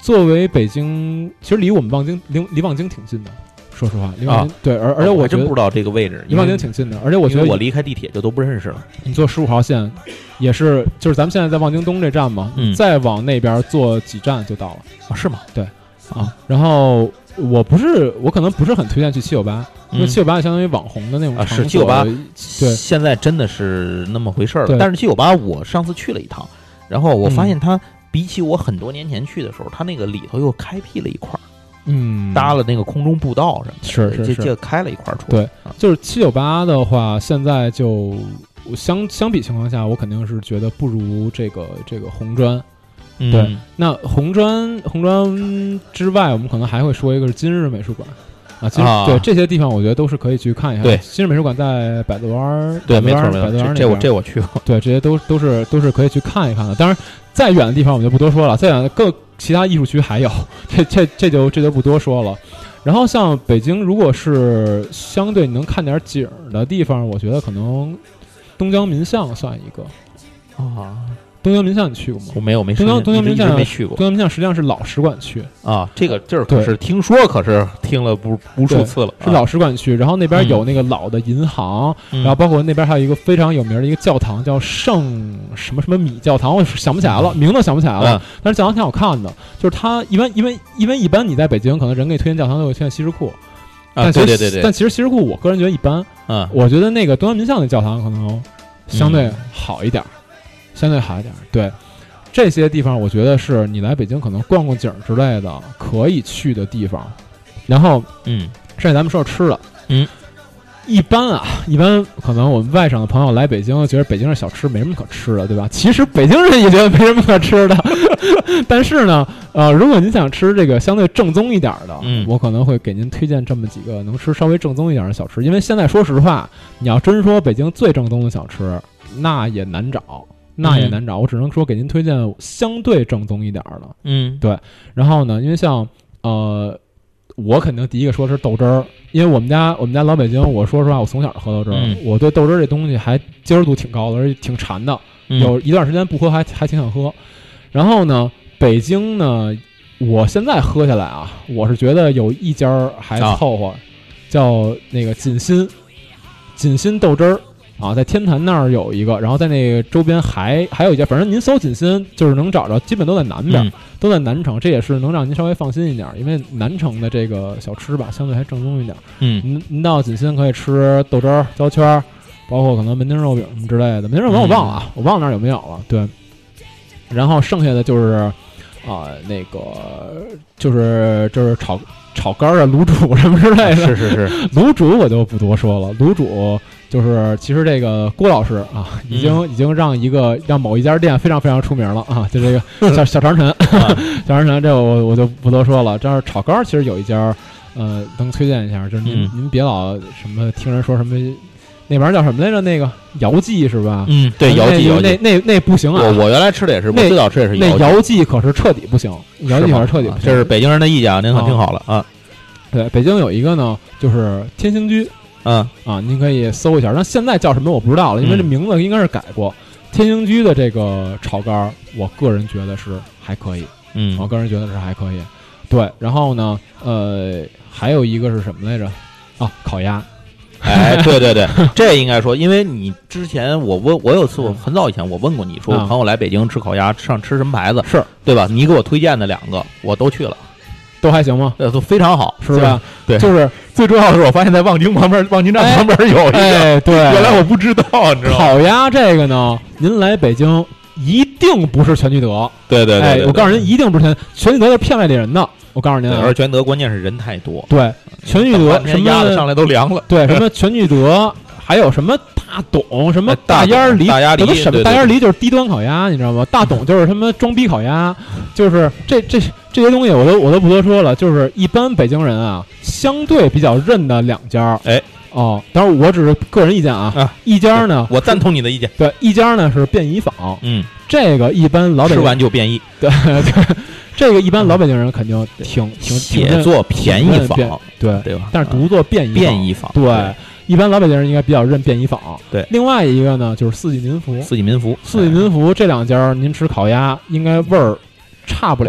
[SPEAKER 1] 作为北京，其实离我们望京离离望京挺近的。说实话，离望京、
[SPEAKER 2] 啊、
[SPEAKER 1] 对，而而且我
[SPEAKER 2] 真不知道这个位置，
[SPEAKER 1] 离望京挺近的，而且我觉得
[SPEAKER 2] 我离开地铁就都不认识了。
[SPEAKER 1] 你坐十五号线，也是就是咱们现在在望京东这站嘛，
[SPEAKER 2] 嗯，
[SPEAKER 1] 再往那边坐几站就到了
[SPEAKER 2] 啊？是吗？
[SPEAKER 1] 对啊。然后我不是，我可能不是很推荐去七九八，因为七九八相当于网红的那种
[SPEAKER 2] 啊，是七九八，
[SPEAKER 1] 对，
[SPEAKER 2] 现在真的是那么回事了。但是七九八我上次去了一趟，然后我发现它比起我很多年前去的时候，它那个里头又开辟了一块。
[SPEAKER 1] 嗯，
[SPEAKER 2] 搭了那个空中步道什么的，
[SPEAKER 1] 是是是，
[SPEAKER 2] 就开了一块出
[SPEAKER 1] 来。对，就是七九八的话，现在就相相比情况下，我肯定是觉得不如这个这个红砖。
[SPEAKER 2] 嗯、
[SPEAKER 1] 对，那红砖红砖之外，我们可能还会说一个是今日美术馆啊，今日、啊、对这些地方，我觉得都是可以去看一下。
[SPEAKER 2] 对，
[SPEAKER 1] 今日美术馆在百子湾，
[SPEAKER 2] 对，没错没
[SPEAKER 1] 错，这
[SPEAKER 2] 这我这我去过。
[SPEAKER 1] 对，这些都都是都是可以去看一看的。当然，再远的地方我们就不多说了，再远的更。其他艺术区还有，这这这就这就不多说了。然后像北京，如果是相对你能看点景的地方，我觉得可能东江民巷算一个
[SPEAKER 2] 啊。
[SPEAKER 1] 东江民巷你去过吗？
[SPEAKER 2] 我没有，没
[SPEAKER 1] 东江东江民巷
[SPEAKER 2] 没去过。
[SPEAKER 1] 东江民巷实际上是老使馆区
[SPEAKER 2] 啊，这个地儿可是听说，可是听了不无数次了，
[SPEAKER 1] 是老使馆区。然后那边有那个老的银行，
[SPEAKER 2] 嗯、
[SPEAKER 1] 然后包括那边还有一个非常有名的一个教堂，叫圣什么什么米教堂，我想不起来了，名字想不起来了。
[SPEAKER 2] 嗯、
[SPEAKER 1] 但是教堂挺好看的，就是它一般因为因为一般你在北京可能人给你推荐教堂都会推荐西什库。
[SPEAKER 2] 啊，对对对对，
[SPEAKER 1] 但其实西什库我个人觉得一般，
[SPEAKER 2] 嗯，
[SPEAKER 1] 我觉得那个东江民巷的教堂可能相对好一点，嗯、相对好一点，对。这些地方我觉得是你来北京可能逛逛景之类的可以去的地方，然后
[SPEAKER 2] 嗯，
[SPEAKER 1] 剩下咱们说吃的，
[SPEAKER 2] 嗯，
[SPEAKER 1] 一般啊，一般可能我们外省的朋友来北京，觉得北京的小吃没什么可吃的，对吧？其实北京人也觉得没什么可吃的，但是呢，呃，如果您想吃这个相对正宗一点的，
[SPEAKER 2] 嗯，
[SPEAKER 1] 我可能会给您推荐这么几个能吃稍微正宗一点的小吃，因为现在说实话，你要真说北京最正宗的小吃，那也难找。那也难找，我只能说给您推荐相对正宗一点的。
[SPEAKER 2] 嗯，
[SPEAKER 1] 对。然后呢，因为像呃，我肯定第一个说是豆汁儿，因为我们家我们家老北京，我说实话，我从小喝豆汁儿，
[SPEAKER 2] 嗯、
[SPEAKER 1] 我对豆汁儿这东西还接受度挺高的，而且挺馋的。
[SPEAKER 2] 嗯、
[SPEAKER 1] 有一段时间不喝还还挺想喝。然后呢，北京呢，我现在喝下来啊，我是觉得有一家还凑合，啊、叫那个锦心锦心豆汁儿。啊，在天坛那儿有一个，然后在那个周边还还有一家，反正您搜锦心就是能找着，基本都在南边，
[SPEAKER 2] 嗯、
[SPEAKER 1] 都在南城，这也是能让您稍微放心一点，因为南城的这个小吃吧，相对还正宗一点。
[SPEAKER 2] 嗯，
[SPEAKER 1] 您您到锦心可以吃豆汁儿、焦圈儿，包括可能门钉肉饼什么之类的。门钉肉饼我忘了啊，
[SPEAKER 2] 嗯、
[SPEAKER 1] 我忘了那儿有没有了。对，然后剩下的就是啊、呃，那个就是就是炒炒肝啊、卤煮什么之类的。
[SPEAKER 2] 是是是，
[SPEAKER 1] 卤煮我就不多说了，卤煮。就是其实这个郭老师啊，已经、嗯、已经让一个让某一家店非常非常出名了啊，就这个小小长城，
[SPEAKER 2] 啊、
[SPEAKER 1] 小长城这我我就不多说了。这儿炒肝其实有一家，呃，能推荐一下，就是您、
[SPEAKER 2] 嗯、
[SPEAKER 1] 您别老什么听人说什么那玩意儿叫什么来着？那个姚记是吧？
[SPEAKER 2] 嗯，对，姚记，
[SPEAKER 1] 那那那不行啊！
[SPEAKER 2] 我我原来吃的也是，我最早吃也是
[SPEAKER 1] 那姚记，可是彻底不行，姚记可是彻底不行。
[SPEAKER 2] 这是北京人的意见，您可听好了啊。
[SPEAKER 1] 啊对，北京有一个呢，就是天兴居。
[SPEAKER 2] 嗯
[SPEAKER 1] 啊，您可以搜一下，但现在叫什么我不知道了，因为这名字应该是改过。嗯、天兴居的这个炒肝，我个人觉得是还可以，
[SPEAKER 2] 嗯，
[SPEAKER 1] 我个人觉得是还可以。对，然后呢，呃，还有一个是什么来着？啊，烤鸭。
[SPEAKER 2] 哎，对对对，这应该说，因为你之前我问，我有次我很早以前我问过你说，
[SPEAKER 1] 嗯、
[SPEAKER 2] 朋友来北京吃烤鸭，上吃什么牌子？
[SPEAKER 1] 是
[SPEAKER 2] 对吧？你给我推荐的两个，我都去了。
[SPEAKER 1] 都还行吗？
[SPEAKER 2] 对，都非常好，
[SPEAKER 1] 是吧？
[SPEAKER 2] 对，
[SPEAKER 1] 就是
[SPEAKER 2] 最重要的是，我发现在望京旁边，望京站旁边有一个，
[SPEAKER 1] 哎，对，
[SPEAKER 2] 原来我不知道，你知道吗？
[SPEAKER 1] 烤鸭这个呢，您来北京一定不是全聚德，
[SPEAKER 2] 对对 对, 对, 对, 对,
[SPEAKER 1] 对，哎，我告诉您，一定不是全全聚德是骗外地人的，我告诉您，
[SPEAKER 2] 而全聚德关键是人太多，
[SPEAKER 1] 对，全聚德什么
[SPEAKER 2] 鸭子上来都凉了，
[SPEAKER 1] 对，什么全聚德。还有什么大董，什么大烟梨，
[SPEAKER 2] 大鸭梨，
[SPEAKER 1] 什么大鸭梨就是低端烤鸭，你知道吗？大董就是什么装逼烤鸭，就是这这这些东西我都我都不多说了。就是一般北京人啊，相对比较认的两家，
[SPEAKER 2] 哎
[SPEAKER 1] 哦，当然我只是个人意见啊。
[SPEAKER 2] 啊
[SPEAKER 1] 一家呢，
[SPEAKER 2] 我赞同你的意见。
[SPEAKER 1] 对，一家呢是便宜坊，
[SPEAKER 2] 嗯，
[SPEAKER 1] 这个一般老北京
[SPEAKER 2] 吃完就变异，
[SPEAKER 1] 对对，这个一般老北京人肯定挺挺
[SPEAKER 2] 写作便宜坊，
[SPEAKER 1] 对
[SPEAKER 2] 对吧？
[SPEAKER 1] 但是读作便宜
[SPEAKER 2] 便宜坊，
[SPEAKER 1] 对。一般老北京人应该比较认便宜坊，
[SPEAKER 2] 对。
[SPEAKER 1] 另外一个呢，就是四季民福，
[SPEAKER 2] 四季民福，
[SPEAKER 1] 四季民福这两家，您吃烤鸭应该味儿差不了。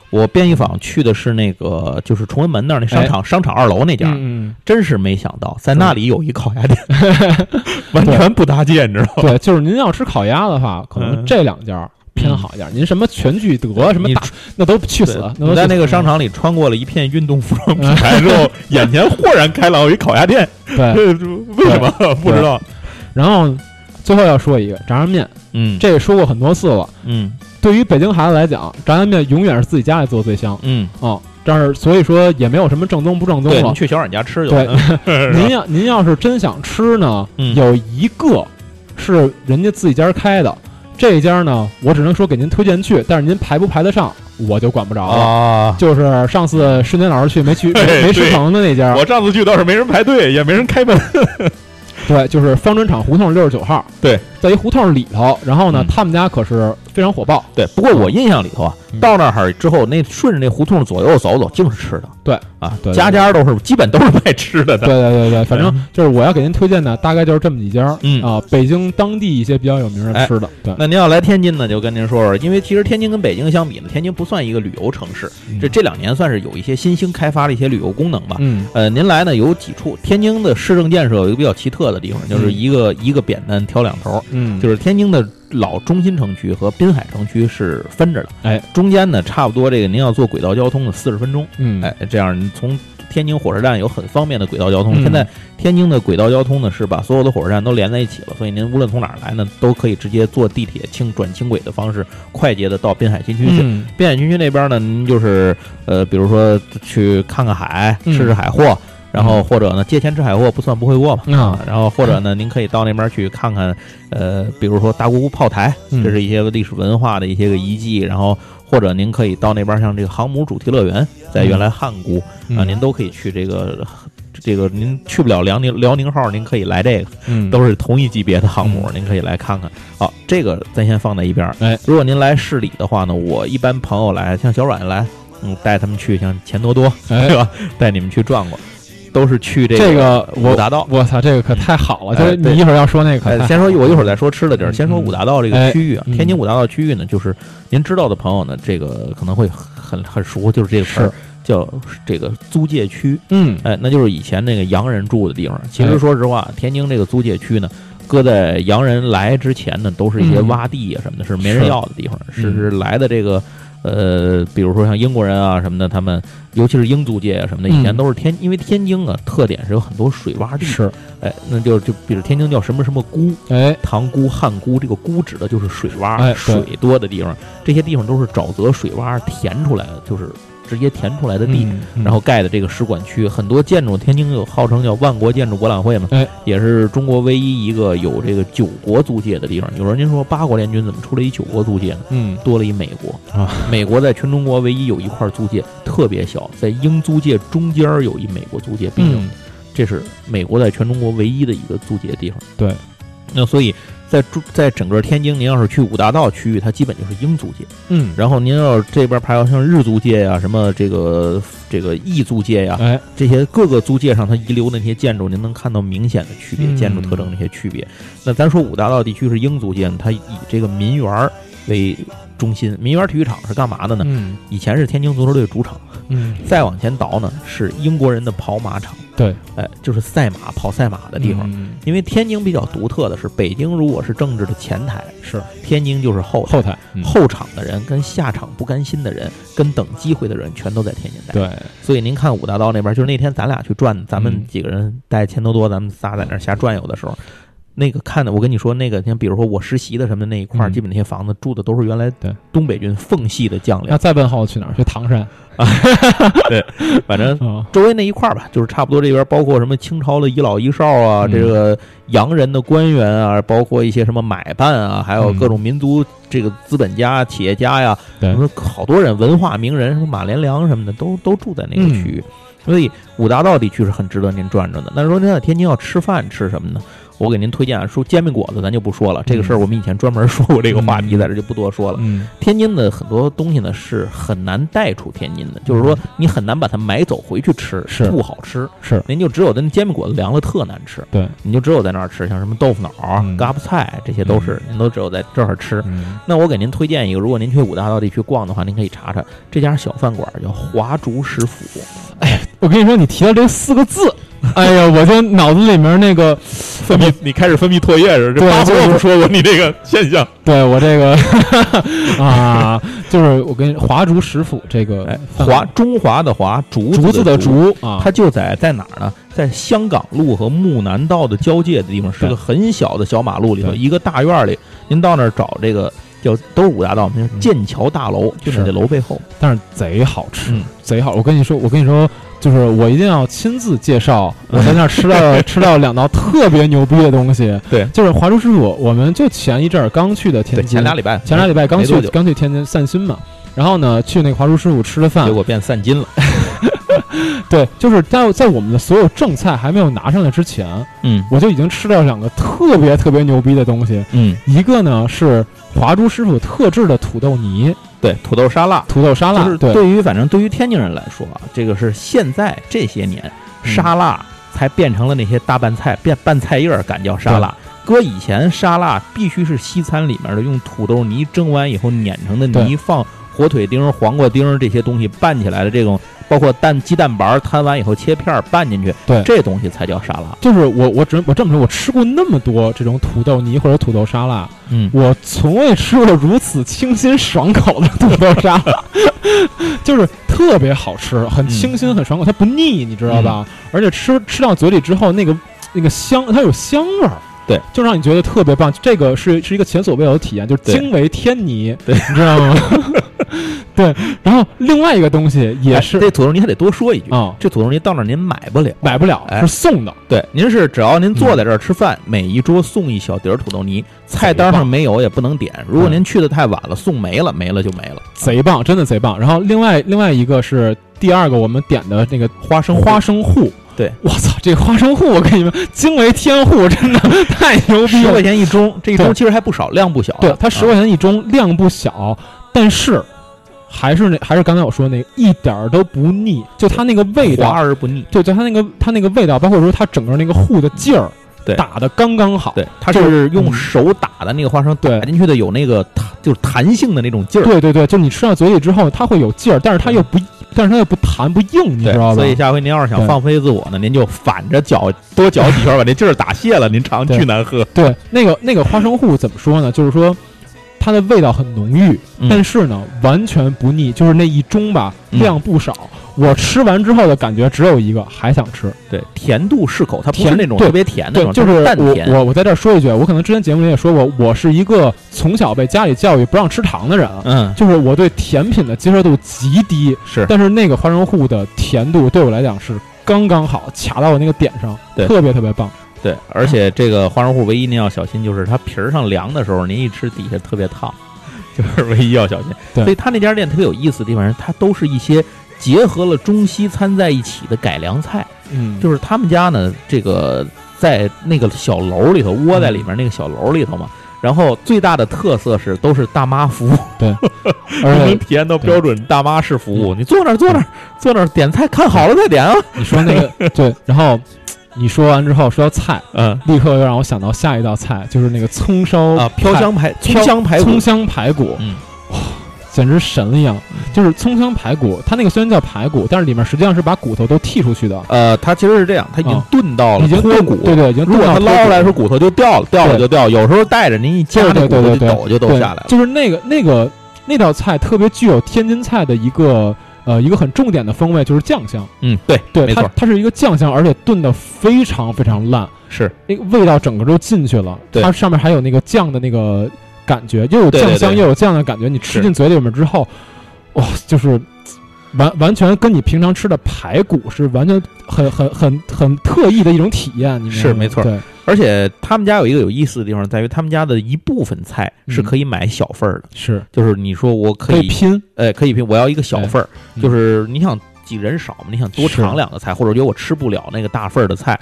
[SPEAKER 2] 我便宜坊去的是那个就是崇文门那儿那商场、哎、商场二楼那家、
[SPEAKER 1] 嗯，
[SPEAKER 2] 真是没想到在那里有一烤鸭店，完全不搭界，你知道吗？
[SPEAKER 1] 对，就是您要吃烤鸭的话，可能这两家。嗯偏好一点，您什么全聚德什么大那都去死。
[SPEAKER 2] 你在那个商场里穿过了一片运动服装品牌之后，眼前豁然开朗有一烤鸭店。
[SPEAKER 1] 对，
[SPEAKER 2] 为什么不知道？
[SPEAKER 1] 然后最后要说一个炸酱面，
[SPEAKER 2] 嗯，
[SPEAKER 1] 这个说过很多次了，
[SPEAKER 2] 嗯，
[SPEAKER 1] 对于北京孩子来讲，炸酱面永远是自己家里做最香，
[SPEAKER 2] 嗯
[SPEAKER 1] 哦，但是所以说也没有什么正宗不正宗了。
[SPEAKER 2] 对，去小冉家吃就
[SPEAKER 1] 对。您要您要是真想吃呢，
[SPEAKER 2] 嗯、
[SPEAKER 1] 有一个是人家自己家开的。这一家呢，我只能说给您推荐去，但是您排不排得上，我就管不着了。
[SPEAKER 2] 啊、
[SPEAKER 1] 就是上次世年老师去没去没没吃成的那家，
[SPEAKER 2] 我上次去倒是没人排队，也没人开门。
[SPEAKER 1] 对，就是方砖厂胡同六十九号。
[SPEAKER 2] 对，
[SPEAKER 1] 在一胡同里头，然后呢，嗯、他们家可是非常火爆。
[SPEAKER 2] 对，不过我印象里头啊，嗯、到那儿之后，那顺着那胡同左右走走，净是吃的。
[SPEAKER 1] 对
[SPEAKER 2] 啊，
[SPEAKER 1] 对对对
[SPEAKER 2] 家家都是，基本都是卖吃的的。
[SPEAKER 1] 对对对对，反正就是我要给您推荐的，大概就是这么几家。
[SPEAKER 2] 嗯
[SPEAKER 1] 啊，北京当地一些比较有名的吃的。
[SPEAKER 2] 哎、
[SPEAKER 1] 对，
[SPEAKER 2] 那您要来天津呢，就跟您说说，因为其实天津跟北京相比呢，天津不算一个旅游城市，
[SPEAKER 1] 嗯、
[SPEAKER 2] 这这两年算是有一些新兴开发的一些旅游功能吧。
[SPEAKER 1] 嗯，
[SPEAKER 2] 呃，您来呢有几处，天津的市政建设有一个比较奇特的地方，就是一个、嗯、一个扁担挑两头。
[SPEAKER 1] 嗯，
[SPEAKER 2] 就是天津的老中心城区和滨海城区是分着的，
[SPEAKER 1] 哎，
[SPEAKER 2] 中间呢差不多这个您要坐轨道交通的四十分钟，
[SPEAKER 1] 嗯，
[SPEAKER 2] 哎，这样您从天津火车站有很方便的轨道交通。
[SPEAKER 1] 嗯、
[SPEAKER 2] 现在天津的轨道交通呢是把所有的火车站都连在一起了，所以您无论从哪儿来呢，都可以直接坐地铁轻转轻轨的方式，快捷的到滨海新区去。
[SPEAKER 1] 嗯、
[SPEAKER 2] 滨海新区那边呢，您就是呃，比如说去看看海，吃吃海货。嗯然后或者呢，借钱吃海货不算不会过嘛、
[SPEAKER 1] 嗯、
[SPEAKER 2] 啊。然后或者呢，您可以到那边去看看，呃，比如说大沽沽炮台，这是一些个历史文化的一些个遗迹。然后或者您可以到那边像这个航母主题乐园，在原来汉沽、
[SPEAKER 1] 嗯、
[SPEAKER 2] 啊，您都可以去这个。这个您去不了辽宁辽宁号，您可以来这个，
[SPEAKER 1] 嗯，
[SPEAKER 2] 都是同一级别的航母，
[SPEAKER 1] 嗯、
[SPEAKER 2] 您可以来看看。好，这个咱先放在一边。
[SPEAKER 1] 哎，
[SPEAKER 2] 如果您来市里的话呢，我一般朋友来，像小阮来，嗯，带他们去像钱多多，
[SPEAKER 1] 哎、
[SPEAKER 2] 对吧？带你们去转过。都是去这
[SPEAKER 1] 个这个
[SPEAKER 2] 五大道，
[SPEAKER 1] 我操，这个可太好了！
[SPEAKER 2] 嗯、
[SPEAKER 1] 就是你一会儿要说那个可太好了，
[SPEAKER 2] 哎，先说我一会儿再说吃的地儿，嗯、先说五大道这个区域啊。
[SPEAKER 1] 哎、
[SPEAKER 2] 天津五大道区域呢，就是您知道的朋友呢，这个可能会很很熟，就是这个词儿叫这个租界区。
[SPEAKER 1] 嗯，
[SPEAKER 2] 哎，那就是以前那个洋人住的地方。其实说实话，天津这个租界区呢，搁在洋人来之前呢，都是一些洼地啊什么的，嗯、是没人要的地方，是是来的这个。呃，比如说像英国人啊什么的，他们尤其是英租界啊什么的，以前都是天，嗯、因为天津啊特点是有很多水洼地，
[SPEAKER 1] 是，
[SPEAKER 2] 哎，那就就比如天津叫什么什么沽，
[SPEAKER 1] 哎，
[SPEAKER 2] 塘沽、汉沽，这个沽指的就是水洼，
[SPEAKER 1] 哎、
[SPEAKER 2] 水多的地方，这些地方都是沼泽水洼填出来的，就是。直接填出来的地，
[SPEAKER 1] 嗯嗯、
[SPEAKER 2] 然后盖的这个使馆区，很多建筑，天津有号称叫万国建筑博览会嘛，
[SPEAKER 1] 哎，
[SPEAKER 2] 也是中国唯一一个有这个九国租界的地方。有人您说八国联军怎么出了一九国租界呢？
[SPEAKER 1] 嗯，
[SPEAKER 2] 多了一美国
[SPEAKER 1] 啊，
[SPEAKER 2] 美国在全中国唯一有一块租界特别小，在英租界中间有一美国租界，毕竟这是美国在全中国唯一的一个租界地方。
[SPEAKER 1] 对，
[SPEAKER 2] 那所以。在在整个天津，您要是去五大道区域，它基本就是英租界。
[SPEAKER 1] 嗯，
[SPEAKER 2] 然后您要是这边还有像日租界呀、什么这个这个义租界呀，
[SPEAKER 1] 哎，
[SPEAKER 2] 这些各个租界上它遗留的那些建筑，您能看到明显的区别，
[SPEAKER 1] 嗯、
[SPEAKER 2] 建筑特征那些区别。那咱说五大道地区是英租界呢，它以这个民园为中心，民园体育场是干嘛的呢？
[SPEAKER 1] 嗯，
[SPEAKER 2] 以前是天津足球队主场。
[SPEAKER 1] 嗯，
[SPEAKER 2] 再往前倒呢，是英国人的跑马场。
[SPEAKER 1] 对，
[SPEAKER 2] 哎，就是赛马跑赛马的地方。
[SPEAKER 1] 嗯、
[SPEAKER 2] 因为天津比较独特的是，北京如果是政治的前台，
[SPEAKER 1] 是
[SPEAKER 2] 天津就是后
[SPEAKER 1] 后台。
[SPEAKER 2] 嗯、后场的人跟下场不甘心的人，跟等机会的人，全都在天津待。
[SPEAKER 1] 对，
[SPEAKER 2] 所以您看五大道那边，就是那天咱俩去转，咱们几个人带钱多多，咱们仨在那儿瞎转悠的时候。那个看的，我跟你说，那个像比如说我实习的什么的那一块，嗯、基本那些房子住的都是原来东北军奉系的将领。
[SPEAKER 1] 那再奔后去哪儿？去唐山
[SPEAKER 2] 啊？对，反正周围那一块吧，就是差不多这边包括什么清朝的遗老遗少啊，
[SPEAKER 1] 嗯、
[SPEAKER 2] 这个洋人的官员啊，包括一些什么买办啊，还有各种民族这个资本家、企业家呀，什么好多人文化名人，什么马连良什么的，都都住在那个区域。
[SPEAKER 1] 嗯、
[SPEAKER 2] 所以五大道地区是很值得您转转的。那如果您在天津要吃饭，吃什么呢？ 我给您推荐说煎饼果子，咱就不说了，这个事儿我们以前专门说过这个话题，在这就不多说了。
[SPEAKER 1] 嗯，
[SPEAKER 2] 天津的很多东西呢是很难带出天津的，就是说你很难把它买走回去吃，
[SPEAKER 1] 是
[SPEAKER 2] 不好吃。
[SPEAKER 1] 是，
[SPEAKER 2] 您就只有那煎饼果子凉了特难吃，
[SPEAKER 1] 对，
[SPEAKER 2] 你就只有在那儿吃，像什么豆腐脑、
[SPEAKER 1] 嗯、
[SPEAKER 2] 嘎巴菜，这些都是、嗯、您都只有在这儿吃。
[SPEAKER 1] 嗯、
[SPEAKER 2] 那我给您推荐一个，如果您去五大道地区逛的话，您可以查查这家小饭馆叫华竹食府。
[SPEAKER 1] 哎，我跟你说，你提到这四个字。哎呀，我就脑子里面那个
[SPEAKER 2] 分泌，你开始分泌唾液是？
[SPEAKER 1] 对，
[SPEAKER 2] 巴博说过你这个现象。
[SPEAKER 1] 对我这个啊，就是我跟华竹食府这个、
[SPEAKER 2] 哎、华中华的华，竹
[SPEAKER 1] 竹子的竹啊，
[SPEAKER 2] 它就在在哪儿呢？在香港路和木南道的交界的地方，是个很小的小马路里头，一个大院里，您到那儿找这个。叫都是五大道，那剑桥大楼、嗯、就是那楼背后，
[SPEAKER 1] 但是贼好吃，
[SPEAKER 2] 嗯、
[SPEAKER 1] 贼好。我跟你说，我跟你说，就是我一定要亲自介绍，我在那儿吃到吃到两道特别牛逼的东西。
[SPEAKER 2] 对，
[SPEAKER 1] 就是华竹师傅，我们就前一阵儿刚去的天津，
[SPEAKER 2] 前俩礼拜，
[SPEAKER 1] 前俩礼拜刚去刚去天津散心嘛。然后呢，去那个华竹师傅吃了饭，
[SPEAKER 2] 结果变散斤了。
[SPEAKER 1] 对，就是在在我们的所有正菜还没有拿上来之前，
[SPEAKER 2] 嗯，
[SPEAKER 1] 我就已经吃到两个特别特别牛逼的东西。
[SPEAKER 2] 嗯，
[SPEAKER 1] 一个呢是华竹师傅特制的土豆泥，
[SPEAKER 2] 对，土豆沙拉，
[SPEAKER 1] 土豆沙拉。
[SPEAKER 2] 就是对于反正对于天津人来说啊，这个是现在这些年、嗯、沙拉才变成了那些大拌菜，变拌菜叶敢叫沙拉。搁以前沙拉必须是西餐里面的用土豆泥蒸完以后碾成的泥，放火腿丁、黄瓜丁这些东西拌起来的这种。包括蛋鸡蛋白摊完以后切片拌进去，
[SPEAKER 1] 对，
[SPEAKER 2] 这东西才叫沙拉。
[SPEAKER 1] 就是我我只我这么说，我吃过那么多这种土豆泥或者土豆沙拉，
[SPEAKER 2] 嗯，
[SPEAKER 1] 我从未吃过如此清新爽口的土豆沙拉，就是特别好吃，很清新很爽口，它不腻，你知道吧？嗯、而且吃吃到嘴里之后，那个那个香，它有香味儿。
[SPEAKER 2] 对，
[SPEAKER 1] 就让你觉得特别棒。这个是是一个前所未有的体验，就是惊为天泥，
[SPEAKER 2] 对，
[SPEAKER 1] 你知道吗？对。然后另外一个东西也是，
[SPEAKER 2] 哎、这土豆泥还得多说一句
[SPEAKER 1] 啊、哦，
[SPEAKER 2] 这土豆泥到那儿您买不了，
[SPEAKER 1] 买不了，
[SPEAKER 2] 哎、
[SPEAKER 1] 是送的。
[SPEAKER 2] 对，您是只要您坐在这儿吃饭，嗯、每一桌送一小碟土豆泥，菜单上没有也不能点。如果您去的太晚了，送没了，没了就没了。
[SPEAKER 1] 贼棒，真的贼棒。然后另外另外一个是第二个我们点的那个花生花生糊。
[SPEAKER 2] 对，
[SPEAKER 1] 我操，这个花生糊我跟你们惊为天户，真的太牛逼了！
[SPEAKER 2] 十块钱一盅，这一盅其实还不少，量不小、啊。
[SPEAKER 1] 对，它十块钱一盅，啊、量不小，但是还是那还是刚才我说那个一点儿都不腻，就它那个味道
[SPEAKER 2] 滑而不腻。
[SPEAKER 1] 对，就它那个它那个味道，包括说它整个那个糊的劲儿。
[SPEAKER 2] 对，
[SPEAKER 1] 打的刚刚好。
[SPEAKER 2] 对，它是用手打的那个花生，打进去的有那个就是弹性的那种劲儿。
[SPEAKER 1] 对对对，就是你吃到嘴里之后，它会有劲儿，但是它又不，但是它又不弹不硬，你知道吧？
[SPEAKER 2] 所以下回您要是想放飞自我呢，您就反着搅，多搅几圈，把这劲儿打泄了，您尝巨难喝。
[SPEAKER 1] 对，那个那个花生糊怎么说呢？就是说。它的味道很浓郁，但是呢，嗯、完全不腻。就是那一盅吧，量不少。嗯、我吃完之后的感觉只有一个，还想吃。
[SPEAKER 2] 对，甜度适口，它不是那种特别甜的那种，
[SPEAKER 1] 就是
[SPEAKER 2] 淡甜。
[SPEAKER 1] 我我在这儿说一句，我可能之前节目里也说过，我是一个从小被家里教育不让吃糖的人。
[SPEAKER 2] 嗯，
[SPEAKER 1] 就是我对甜品的接受度极低。
[SPEAKER 2] 是，
[SPEAKER 1] 但是那个花生糊的甜度对我来讲是刚刚好，卡到我那个点上，特别特别棒。
[SPEAKER 2] 对，而且这个花生糊唯一您要小心，就是它皮儿上凉的时候，您一吃底下特别烫，就是唯一要小心。
[SPEAKER 1] 对，
[SPEAKER 2] 所以它那家店特别有意思的地方是，它都是一些结合了中西餐在一起的改良菜。
[SPEAKER 1] 嗯，
[SPEAKER 2] 就是他们家呢，这个在那个小楼里头，窝在里面那个小楼里头嘛。然后最大的特色是都是大妈服务，
[SPEAKER 1] 对，
[SPEAKER 2] 而且能体验到标准大妈式服务。你坐那儿，坐那儿，坐那儿点菜，看好了再点啊。
[SPEAKER 1] 你说那个对，然后。你说完之后说到菜，
[SPEAKER 2] 嗯，
[SPEAKER 1] 立刻又让我想到下一道菜，就是那个葱烧
[SPEAKER 2] 啊，飘香排葱香排骨，
[SPEAKER 1] 葱香排骨，
[SPEAKER 2] 嗯，
[SPEAKER 1] 哇，简直神一样。就是葱香排骨，它那个虽然叫排骨，但是里面实际上是把骨头都剔出去的。
[SPEAKER 2] 呃，它其实是这样，它已经炖到了，
[SPEAKER 1] 已经
[SPEAKER 2] 脱骨，
[SPEAKER 1] 对对，已经
[SPEAKER 2] 如果它捞出来时候骨头就掉了，掉了就掉。有时候带着您一夹，
[SPEAKER 1] 对对对对，
[SPEAKER 2] 抖就抖下来了。
[SPEAKER 1] 就是那个那个那道菜特别具有天津菜的一个。呃，一个很重点的风味就是酱香，
[SPEAKER 2] 嗯，对
[SPEAKER 1] 对，
[SPEAKER 2] 没错，
[SPEAKER 1] 它它是一个酱香，而且炖的非常非常烂，
[SPEAKER 2] 是
[SPEAKER 1] 那个味道整个都进去了，它上面还有那个酱的那个感觉，又有酱香
[SPEAKER 2] 对对对
[SPEAKER 1] 又有酱的感觉，你吃进嘴里面之后，哇，就是完完全跟你平常吃的排骨是完全很很很很特异的一种体验，你
[SPEAKER 2] 是没错，
[SPEAKER 1] 对。
[SPEAKER 2] 而且他们家有一个有意思的地方，在于他们家的一部分菜是可以买小份儿的，
[SPEAKER 1] 嗯、是，
[SPEAKER 2] 就是你说我可以
[SPEAKER 1] 可以拼，
[SPEAKER 2] 呃，可以拼，我要一个小份儿，
[SPEAKER 1] 嗯、
[SPEAKER 2] 就是你想几人少嘛，你想多尝两个菜，或者觉得我吃不了那个大份儿的菜，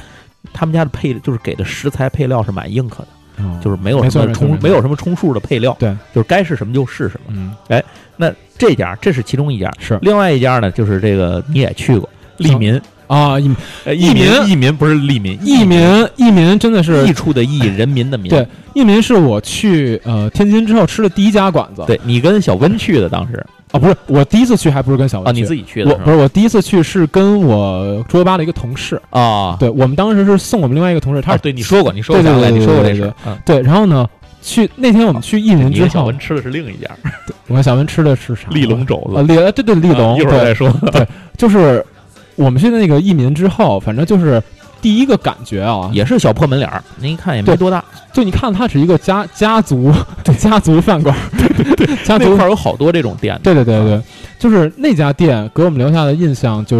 [SPEAKER 2] 他们家的配就是给的食材配料是蛮硬核的。
[SPEAKER 1] 嗯、
[SPEAKER 2] 就是没有什么充没有什么充数的配料，
[SPEAKER 1] 对，
[SPEAKER 2] 就是该是什么就是什么。
[SPEAKER 1] 嗯，
[SPEAKER 2] 哎，那这家这是其中一家，
[SPEAKER 1] 是
[SPEAKER 2] 另外一家呢，就是这个你也去过利民
[SPEAKER 1] 啊，益
[SPEAKER 2] 益民益民不是利民，
[SPEAKER 1] 益民益民真的是
[SPEAKER 2] 益处的益，人民的民。
[SPEAKER 1] 对，益民是我去呃天津之后吃的第一家馆子。
[SPEAKER 2] 对你跟小温去的当时。
[SPEAKER 1] 啊，不是，我第一次去还不是跟小温
[SPEAKER 2] 去啊，你自己去的？
[SPEAKER 1] 我不是，我第一次去是跟我桌游吧的一个同事
[SPEAKER 2] 啊。
[SPEAKER 1] 对，我们当时是送我们另外一个同事，他、
[SPEAKER 2] 啊、对你说过，你说过，
[SPEAKER 1] 对对对，
[SPEAKER 2] 你说过这
[SPEAKER 1] 事。对，然后呢，去那天我们去益民之后，
[SPEAKER 2] 小温吃的是另一家。
[SPEAKER 1] 我跟小温吃的是啥？
[SPEAKER 2] 利龙肘子
[SPEAKER 1] 啊，利对对利龙、
[SPEAKER 2] 啊，一会儿再说。
[SPEAKER 1] 对，就是我们去的那个益民之后，反正就是第一个感觉啊，
[SPEAKER 2] 也是小破门脸儿，您一看也没多大。
[SPEAKER 1] 就你看，它是一个家家族家族饭馆，
[SPEAKER 2] 对对，家族那块有好多这种店。
[SPEAKER 1] 对对对对，就是那家店给我们留下的印象就是，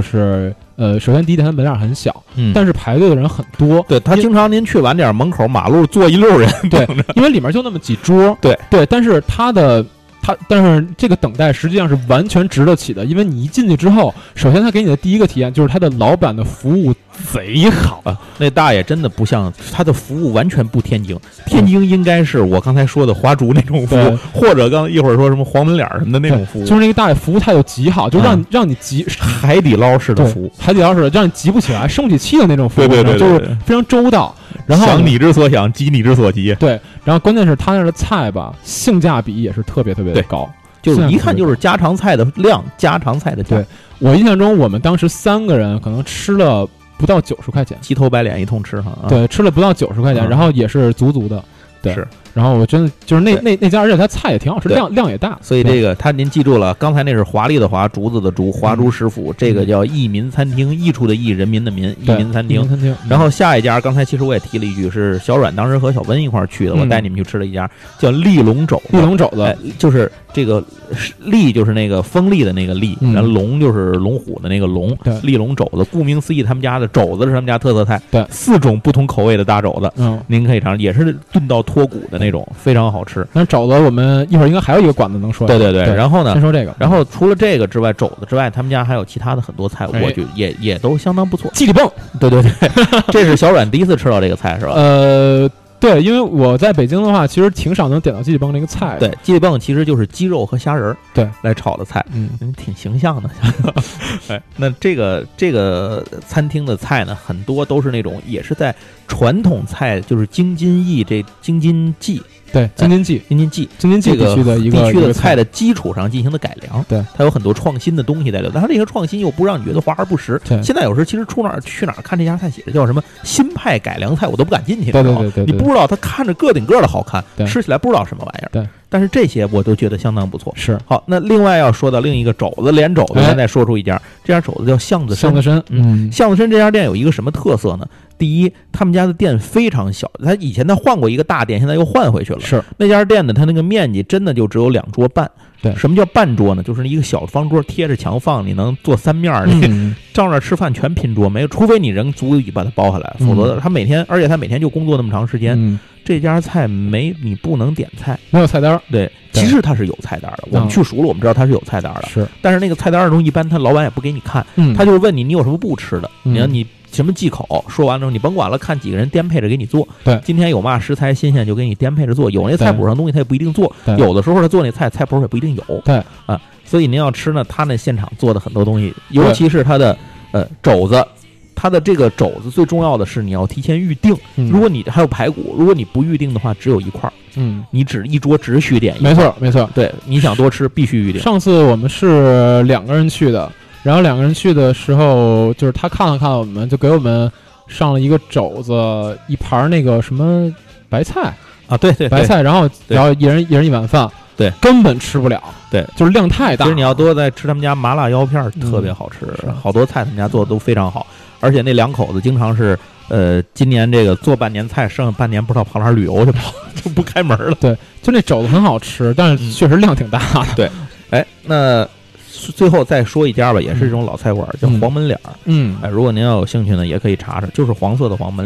[SPEAKER 1] 呃，首先第一点，它门脸很小，
[SPEAKER 2] 嗯，
[SPEAKER 1] 但是排队的人很多。
[SPEAKER 2] 对，他经常您去晚点，门口马路坐一溜人。
[SPEAKER 1] 对，因为里面就那么几桌。
[SPEAKER 2] 对
[SPEAKER 1] 对，但是它的。它但是这个等待实际上是完全值得起的，因为你一进去之后，首先他给你的第一个体验就是他的老板的服务贼好
[SPEAKER 2] 啊，那大爷真的不像他的服务完全不天津，天津应该是我刚才说的华竹那种服务，或者刚一会儿说什么黄门脸什么的那种服务，
[SPEAKER 1] 就是那个大爷服务态度极好，就让、嗯、让你急
[SPEAKER 2] 海底捞式的服务，
[SPEAKER 1] 海底捞式的让你急不起来、生不起气的那种服务，
[SPEAKER 2] 对对对，
[SPEAKER 1] 就是非常周到。然后
[SPEAKER 2] 想你之所想，急你之所急。
[SPEAKER 1] 对，然后关键是他那儿的菜吧，性价比也是特别特别的高。
[SPEAKER 2] 就是一看就是家常菜的量，家常菜的价。
[SPEAKER 1] 对，我印象中，我们当时三个人可能吃了不到九十块钱，
[SPEAKER 2] 鸡头白脸一通吃哈。
[SPEAKER 1] 对，吃了不到九十块钱、嗯，然后也是足足的。对，
[SPEAKER 2] 是。
[SPEAKER 1] 然后我真的就是那那那家，而且它菜也挺好吃，量量也大。
[SPEAKER 2] 所以这个他您记住了，刚才那是华丽的华，竹子的竹，华竹食府，嗯、这个叫益民餐厅，益处的益，人民的民，益民餐厅。
[SPEAKER 1] 餐厅。
[SPEAKER 2] 然后下一家，刚才其实我也提了一句，是小阮当时和小温一块儿去的，
[SPEAKER 1] 嗯、
[SPEAKER 2] 我带你们去吃了一家叫利龙肘。
[SPEAKER 1] 利龙肘子、
[SPEAKER 2] 哎，就是这个利就是那个锋利的那个利，
[SPEAKER 1] 嗯、
[SPEAKER 2] 然后龙就是龙虎的那个龙。
[SPEAKER 1] 对，
[SPEAKER 2] 利龙肘子，顾名思义，他们家的肘子是他们家特色菜。
[SPEAKER 1] 对，
[SPEAKER 2] 四种不同口味的大肘子，
[SPEAKER 1] 嗯，
[SPEAKER 2] 您可以尝，也是炖到脱骨的那种，非常好。好吃，
[SPEAKER 1] 那肘子我们一会儿应该还有一个馆子能说。
[SPEAKER 2] 对对对，
[SPEAKER 1] 对
[SPEAKER 2] 然后呢，
[SPEAKER 1] 先说这个。
[SPEAKER 2] 然后除了这个之外，肘子之外，他们家还有其他的很多菜，
[SPEAKER 1] 哎、
[SPEAKER 2] 我觉得也也都相当不错。
[SPEAKER 1] 鸡里蹦，
[SPEAKER 2] 对对对，这是小阮第一次吃到这个菜是吧？
[SPEAKER 1] 呃，对，因为我在北京的话，其实挺少能点到鸡里蹦这个菜。
[SPEAKER 2] 对，鸡里蹦其实就是鸡肉和虾仁儿
[SPEAKER 1] 对
[SPEAKER 2] 来炒的菜，
[SPEAKER 1] 嗯，
[SPEAKER 2] 挺形象的。哎，那这个这个餐厅的菜呢，很多都是那种也是在传统菜，就是京津冀这京津冀。
[SPEAKER 1] 对，京津冀，
[SPEAKER 2] 京津冀，
[SPEAKER 1] 京津冀地区的一个
[SPEAKER 2] 地区的菜的基础上进行的改良，
[SPEAKER 1] 对，
[SPEAKER 2] 它有很多创新的东西在里头，但它这些创新又不让你觉得华而不实。现在有时候其实出哪儿去哪儿看这家菜写的叫什么新派改良菜，我都不敢进去，
[SPEAKER 1] 对对对对，
[SPEAKER 2] 你不知道它看着个顶个的好看，吃起来不知道什么玩意儿，
[SPEAKER 1] 对。
[SPEAKER 2] 但是这些我都觉得相当不错。
[SPEAKER 1] 是
[SPEAKER 2] 好，那另外要说到另一个肘子连肘子，咱再说出一家，这家肘子叫巷子参。
[SPEAKER 1] 巷子参，
[SPEAKER 2] 嗯，巷子参这家店有一个什么特色呢？第一，他们家的店非常小，他以前他换过一个大店，现在又换回去了。
[SPEAKER 1] 是
[SPEAKER 2] 那家店呢，它那个面积真的就只有两桌半。
[SPEAKER 1] 对，
[SPEAKER 2] 什么叫半桌呢？就是一个小方桌贴着墙放，你能坐三面儿，
[SPEAKER 1] 嗯、
[SPEAKER 2] 照那吃饭全拼桌，没有，除非你人足以把它包下来，否则他每天，而且他每天就工作那么长时间。
[SPEAKER 1] 嗯
[SPEAKER 2] 这家菜没你不能点菜，
[SPEAKER 1] 没有菜单。
[SPEAKER 2] 对，其实它是有菜单的。我们去熟了，我们知道它是有菜单的。
[SPEAKER 1] 是，
[SPEAKER 2] 但是那个菜单中一般他老板也不给你看，
[SPEAKER 1] 嗯、
[SPEAKER 2] 他就是问你你有什么不吃的，
[SPEAKER 1] 嗯、
[SPEAKER 2] 你看你什么忌口，说完之后你甭管了，看几个人颠配着给你做。
[SPEAKER 1] 对，
[SPEAKER 2] 今天有嘛食材新鲜就给你颠配着做，有那菜谱上东西他也不一定做，有的时候他做那菜菜谱也不一定有。
[SPEAKER 1] 对
[SPEAKER 2] 啊，所以您要吃呢，他那现场做的很多东西，尤其是他的呃肘子。它的这个肘子最重要的是你要提前预定，
[SPEAKER 1] 嗯、
[SPEAKER 2] 如果你还有排骨，如果你不预定的话，只有一块儿，
[SPEAKER 1] 嗯，
[SPEAKER 2] 你只一桌只许点一块，
[SPEAKER 1] 没错没错，
[SPEAKER 2] 对，你想多吃必须预定。
[SPEAKER 1] 上次我们是两个人去的，然后两个人去的时候，就是他看了看我们，就给我们上了一个肘子，一盘那个什么白菜
[SPEAKER 2] 啊，对对，
[SPEAKER 1] 白菜，然后然后一人一人一碗饭。
[SPEAKER 2] 对，
[SPEAKER 1] 根本吃不了，
[SPEAKER 2] 对，
[SPEAKER 1] 就是量太大。
[SPEAKER 2] 其实你要多在吃他们家麻辣腰片，特别好吃，
[SPEAKER 1] 嗯、
[SPEAKER 2] 好多菜他们家做的都非常好，而且那两口子经常是，呃，今年这个做半年菜，剩下半年不知道跑哪儿旅游去跑，就不开门了。
[SPEAKER 1] 对，就那肘子很好吃，但是确实量挺大的。
[SPEAKER 2] 嗯、对，哎，那最后再说一家吧，也是这种老菜馆，叫黄门脸儿。
[SPEAKER 1] 嗯，
[SPEAKER 2] 哎，如果您要有兴趣呢，也可以查查，就是黄色的黄门脸儿。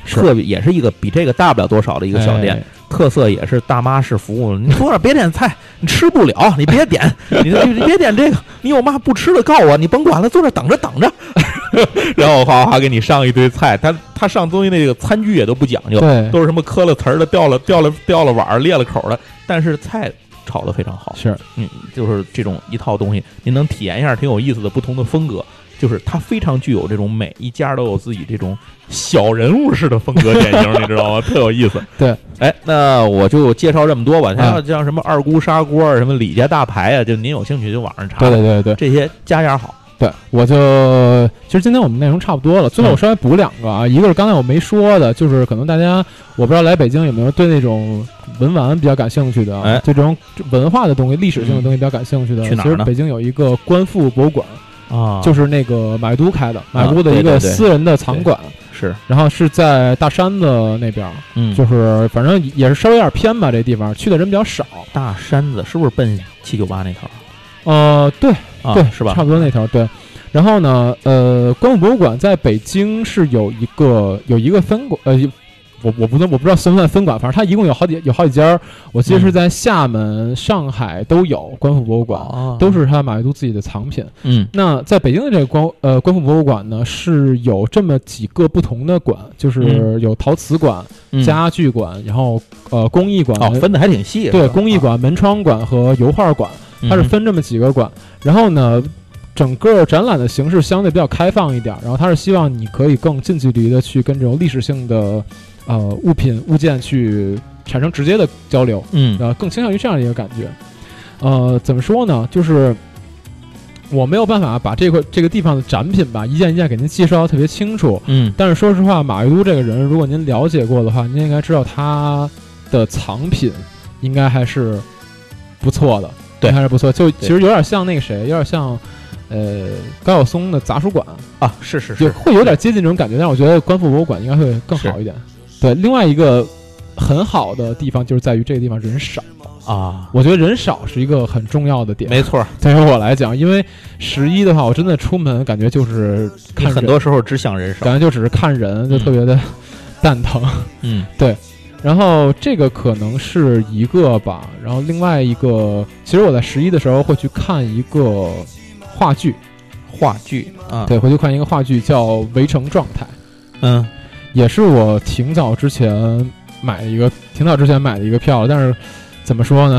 [SPEAKER 2] 特别也是一个比这个大不了多少的一个小店。哎，特色也是大妈式服务，你坐那别点菜，你吃不了，你别点，你你别点这个，你有嘛不吃的告我，你甭管了，坐那等着等着，然后哗哗给你上一堆菜，他他上东西那个餐具也都不讲究，
[SPEAKER 1] 对，
[SPEAKER 2] 都是什么磕了瓷儿的、掉了掉了掉了碗、裂了口的，但是菜炒得非常好，
[SPEAKER 1] 是，
[SPEAKER 2] 嗯，就是这种一套东西，您能体验一下挺有意思的不同的风格。就是它非常具有这种每一家都有自己这种小人物式的风格典型，你知道吗？特有意思。
[SPEAKER 1] 对，
[SPEAKER 2] 哎，那我就介绍这么多吧。还有像什么二姑砂锅、什么李家大排啊，就您有兴趣就网上查。
[SPEAKER 1] 对对对对，
[SPEAKER 2] 这些家家好。
[SPEAKER 1] 对，我就其实今天我们内容差不多了，最后我稍微补两个啊，嗯、一个是刚才我没说的，就是可能大家我不知道来北京有没有对那种文玩比较感兴趣的，
[SPEAKER 2] 哎，
[SPEAKER 1] 对这种文化的东西、历史性的东西比较感兴趣的。
[SPEAKER 2] 嗯、去哪儿呢？
[SPEAKER 1] 其实北京有一个观复博物馆。
[SPEAKER 2] 啊，
[SPEAKER 1] 就是那个马未都开的，马未都的一个私人的藏馆，
[SPEAKER 2] 啊、对对对是，
[SPEAKER 1] 然后是在大山子那边，
[SPEAKER 2] 嗯，
[SPEAKER 1] 就是反正也是稍微有点偏吧，这地方去的人比较少。
[SPEAKER 2] 大山子是不是奔七九八那头？
[SPEAKER 1] 呃，对，
[SPEAKER 2] 啊、
[SPEAKER 1] 对，
[SPEAKER 2] 是吧？
[SPEAKER 1] 差不多那头，对。然后呢，呃，观复博物馆在北京是有一个有一个分馆，呃。我我不能我不知道算不算分馆，反正它一共有好几有好几家，我记得是在厦门、嗯、上海都有观复博物馆，
[SPEAKER 2] 哦、
[SPEAKER 1] 都是它马未都自己的藏品。
[SPEAKER 2] 嗯，
[SPEAKER 1] 那在北京的这个观呃观复博物馆呢，是有这么几个不同的馆，就是有陶瓷馆、
[SPEAKER 2] 嗯、
[SPEAKER 1] 家具馆，然后呃工艺馆，
[SPEAKER 2] 哦，分的还挺细。
[SPEAKER 1] 对，工艺馆、门窗馆和油画馆，它是分这么几个馆。嗯、然后呢，整个展览的形式相对比较开放一点，然后它是希望你可以更近距离的去跟这种历史性的。呃，物品物件去产生直接的交流，
[SPEAKER 2] 嗯，
[SPEAKER 1] 呃，更倾向于这样的一个感觉。呃，怎么说呢？就是我没有办法把这块这个地方的展品吧，一件一件给您介绍的特别清楚，
[SPEAKER 2] 嗯。
[SPEAKER 1] 但是说实话，马未都这个人，如果您了解过的话，您应该知道他的藏品应该还是不错的，
[SPEAKER 2] 对，
[SPEAKER 1] 还是不错。就其实有点像那个谁，有点像。呃，高晓松的杂书馆
[SPEAKER 2] 啊，是是是，
[SPEAKER 1] 会有点接近这种感觉，但是我觉得观复博物馆应该会更好一点。对，另外一个很好的地方就是在于这个地方人少
[SPEAKER 2] 啊，
[SPEAKER 1] 我觉得人少是一个很重要的点。
[SPEAKER 2] 没错，
[SPEAKER 1] 对于我来讲，因为十一的话，我真的出门感觉就是看
[SPEAKER 2] 很多时候只想人少，
[SPEAKER 1] 感觉就只是看人，就特别的蛋疼。
[SPEAKER 2] 嗯，
[SPEAKER 1] 对。然后这个可能是一个吧，然后另外一个，其实我在十一的时候会去看一个。话剧，
[SPEAKER 2] 话剧啊，
[SPEAKER 1] 对，回去看一个话剧叫《围城状态》，
[SPEAKER 2] 嗯，
[SPEAKER 1] 也是我挺早之前买的一个，挺早之前买的一个票，但是怎么说呢？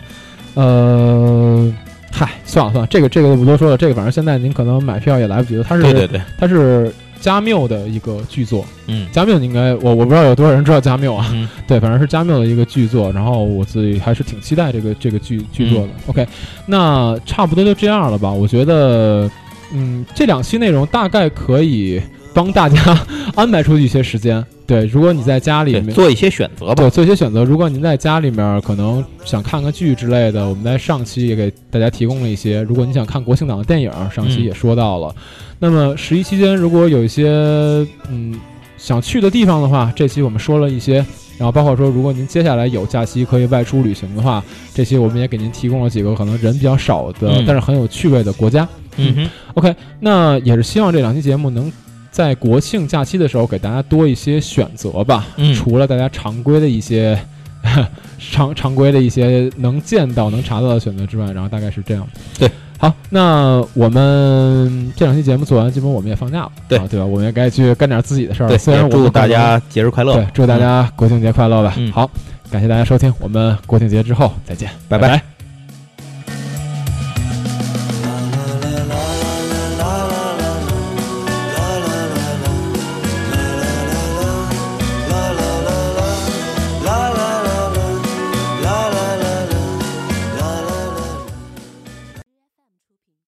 [SPEAKER 1] 呃，嗨，算了算了，这个这个就不多说了，这个反正现在您可能买票也来不及了，它是
[SPEAKER 2] 对对对，
[SPEAKER 1] 它是加缪的一个剧作，
[SPEAKER 2] 嗯，
[SPEAKER 1] 加缪应该我我不知道有多少人知道加缪啊，
[SPEAKER 2] 嗯、
[SPEAKER 1] 对，反正是加缪的一个剧作，然后我自己还是挺期待这个这个剧剧作的。嗯、OK， 那差不多就这样了吧？我觉得，嗯，这两期内容大概可以帮大家安排出去一些时间。对，如果你在家里面
[SPEAKER 2] 做一些选择吧，
[SPEAKER 1] 对，做一些选择。如果您在家里面可能想看个剧之类的，我们在上期也给大家提供了一些。如果你想看国庆档的电影，上期也说到了。嗯、那么十一期间，如果有一些嗯想去的地方的话，这期我们说了一些。然后包括说，如果您接下来有假期可以外出旅行的话，这期我们也给您提供了几个可能人比较少的，
[SPEAKER 2] 嗯、
[SPEAKER 1] 但是很有趣味的国家。
[SPEAKER 2] 嗯哼
[SPEAKER 1] ，OK， 那也是希望这两期节目能在国庆假期的时候给大家多一些选择吧。
[SPEAKER 2] 嗯，
[SPEAKER 1] 除了大家常规的一些常常规的一些能见到、能查到的选择之外，然后大概是这样。
[SPEAKER 2] 对。
[SPEAKER 1] 好，那我们这两期节目做完，基本我们也放假了，
[SPEAKER 2] 对、
[SPEAKER 1] 啊、对吧？我们也该去干点自己的事儿了。
[SPEAKER 2] 对，
[SPEAKER 1] 虽然我
[SPEAKER 2] 祝大家节日快乐，
[SPEAKER 1] 对，祝大家国庆节快乐吧。
[SPEAKER 2] 嗯、
[SPEAKER 1] 好，感谢大家收听，我们国庆节之后再见，
[SPEAKER 2] 拜
[SPEAKER 1] 拜拜。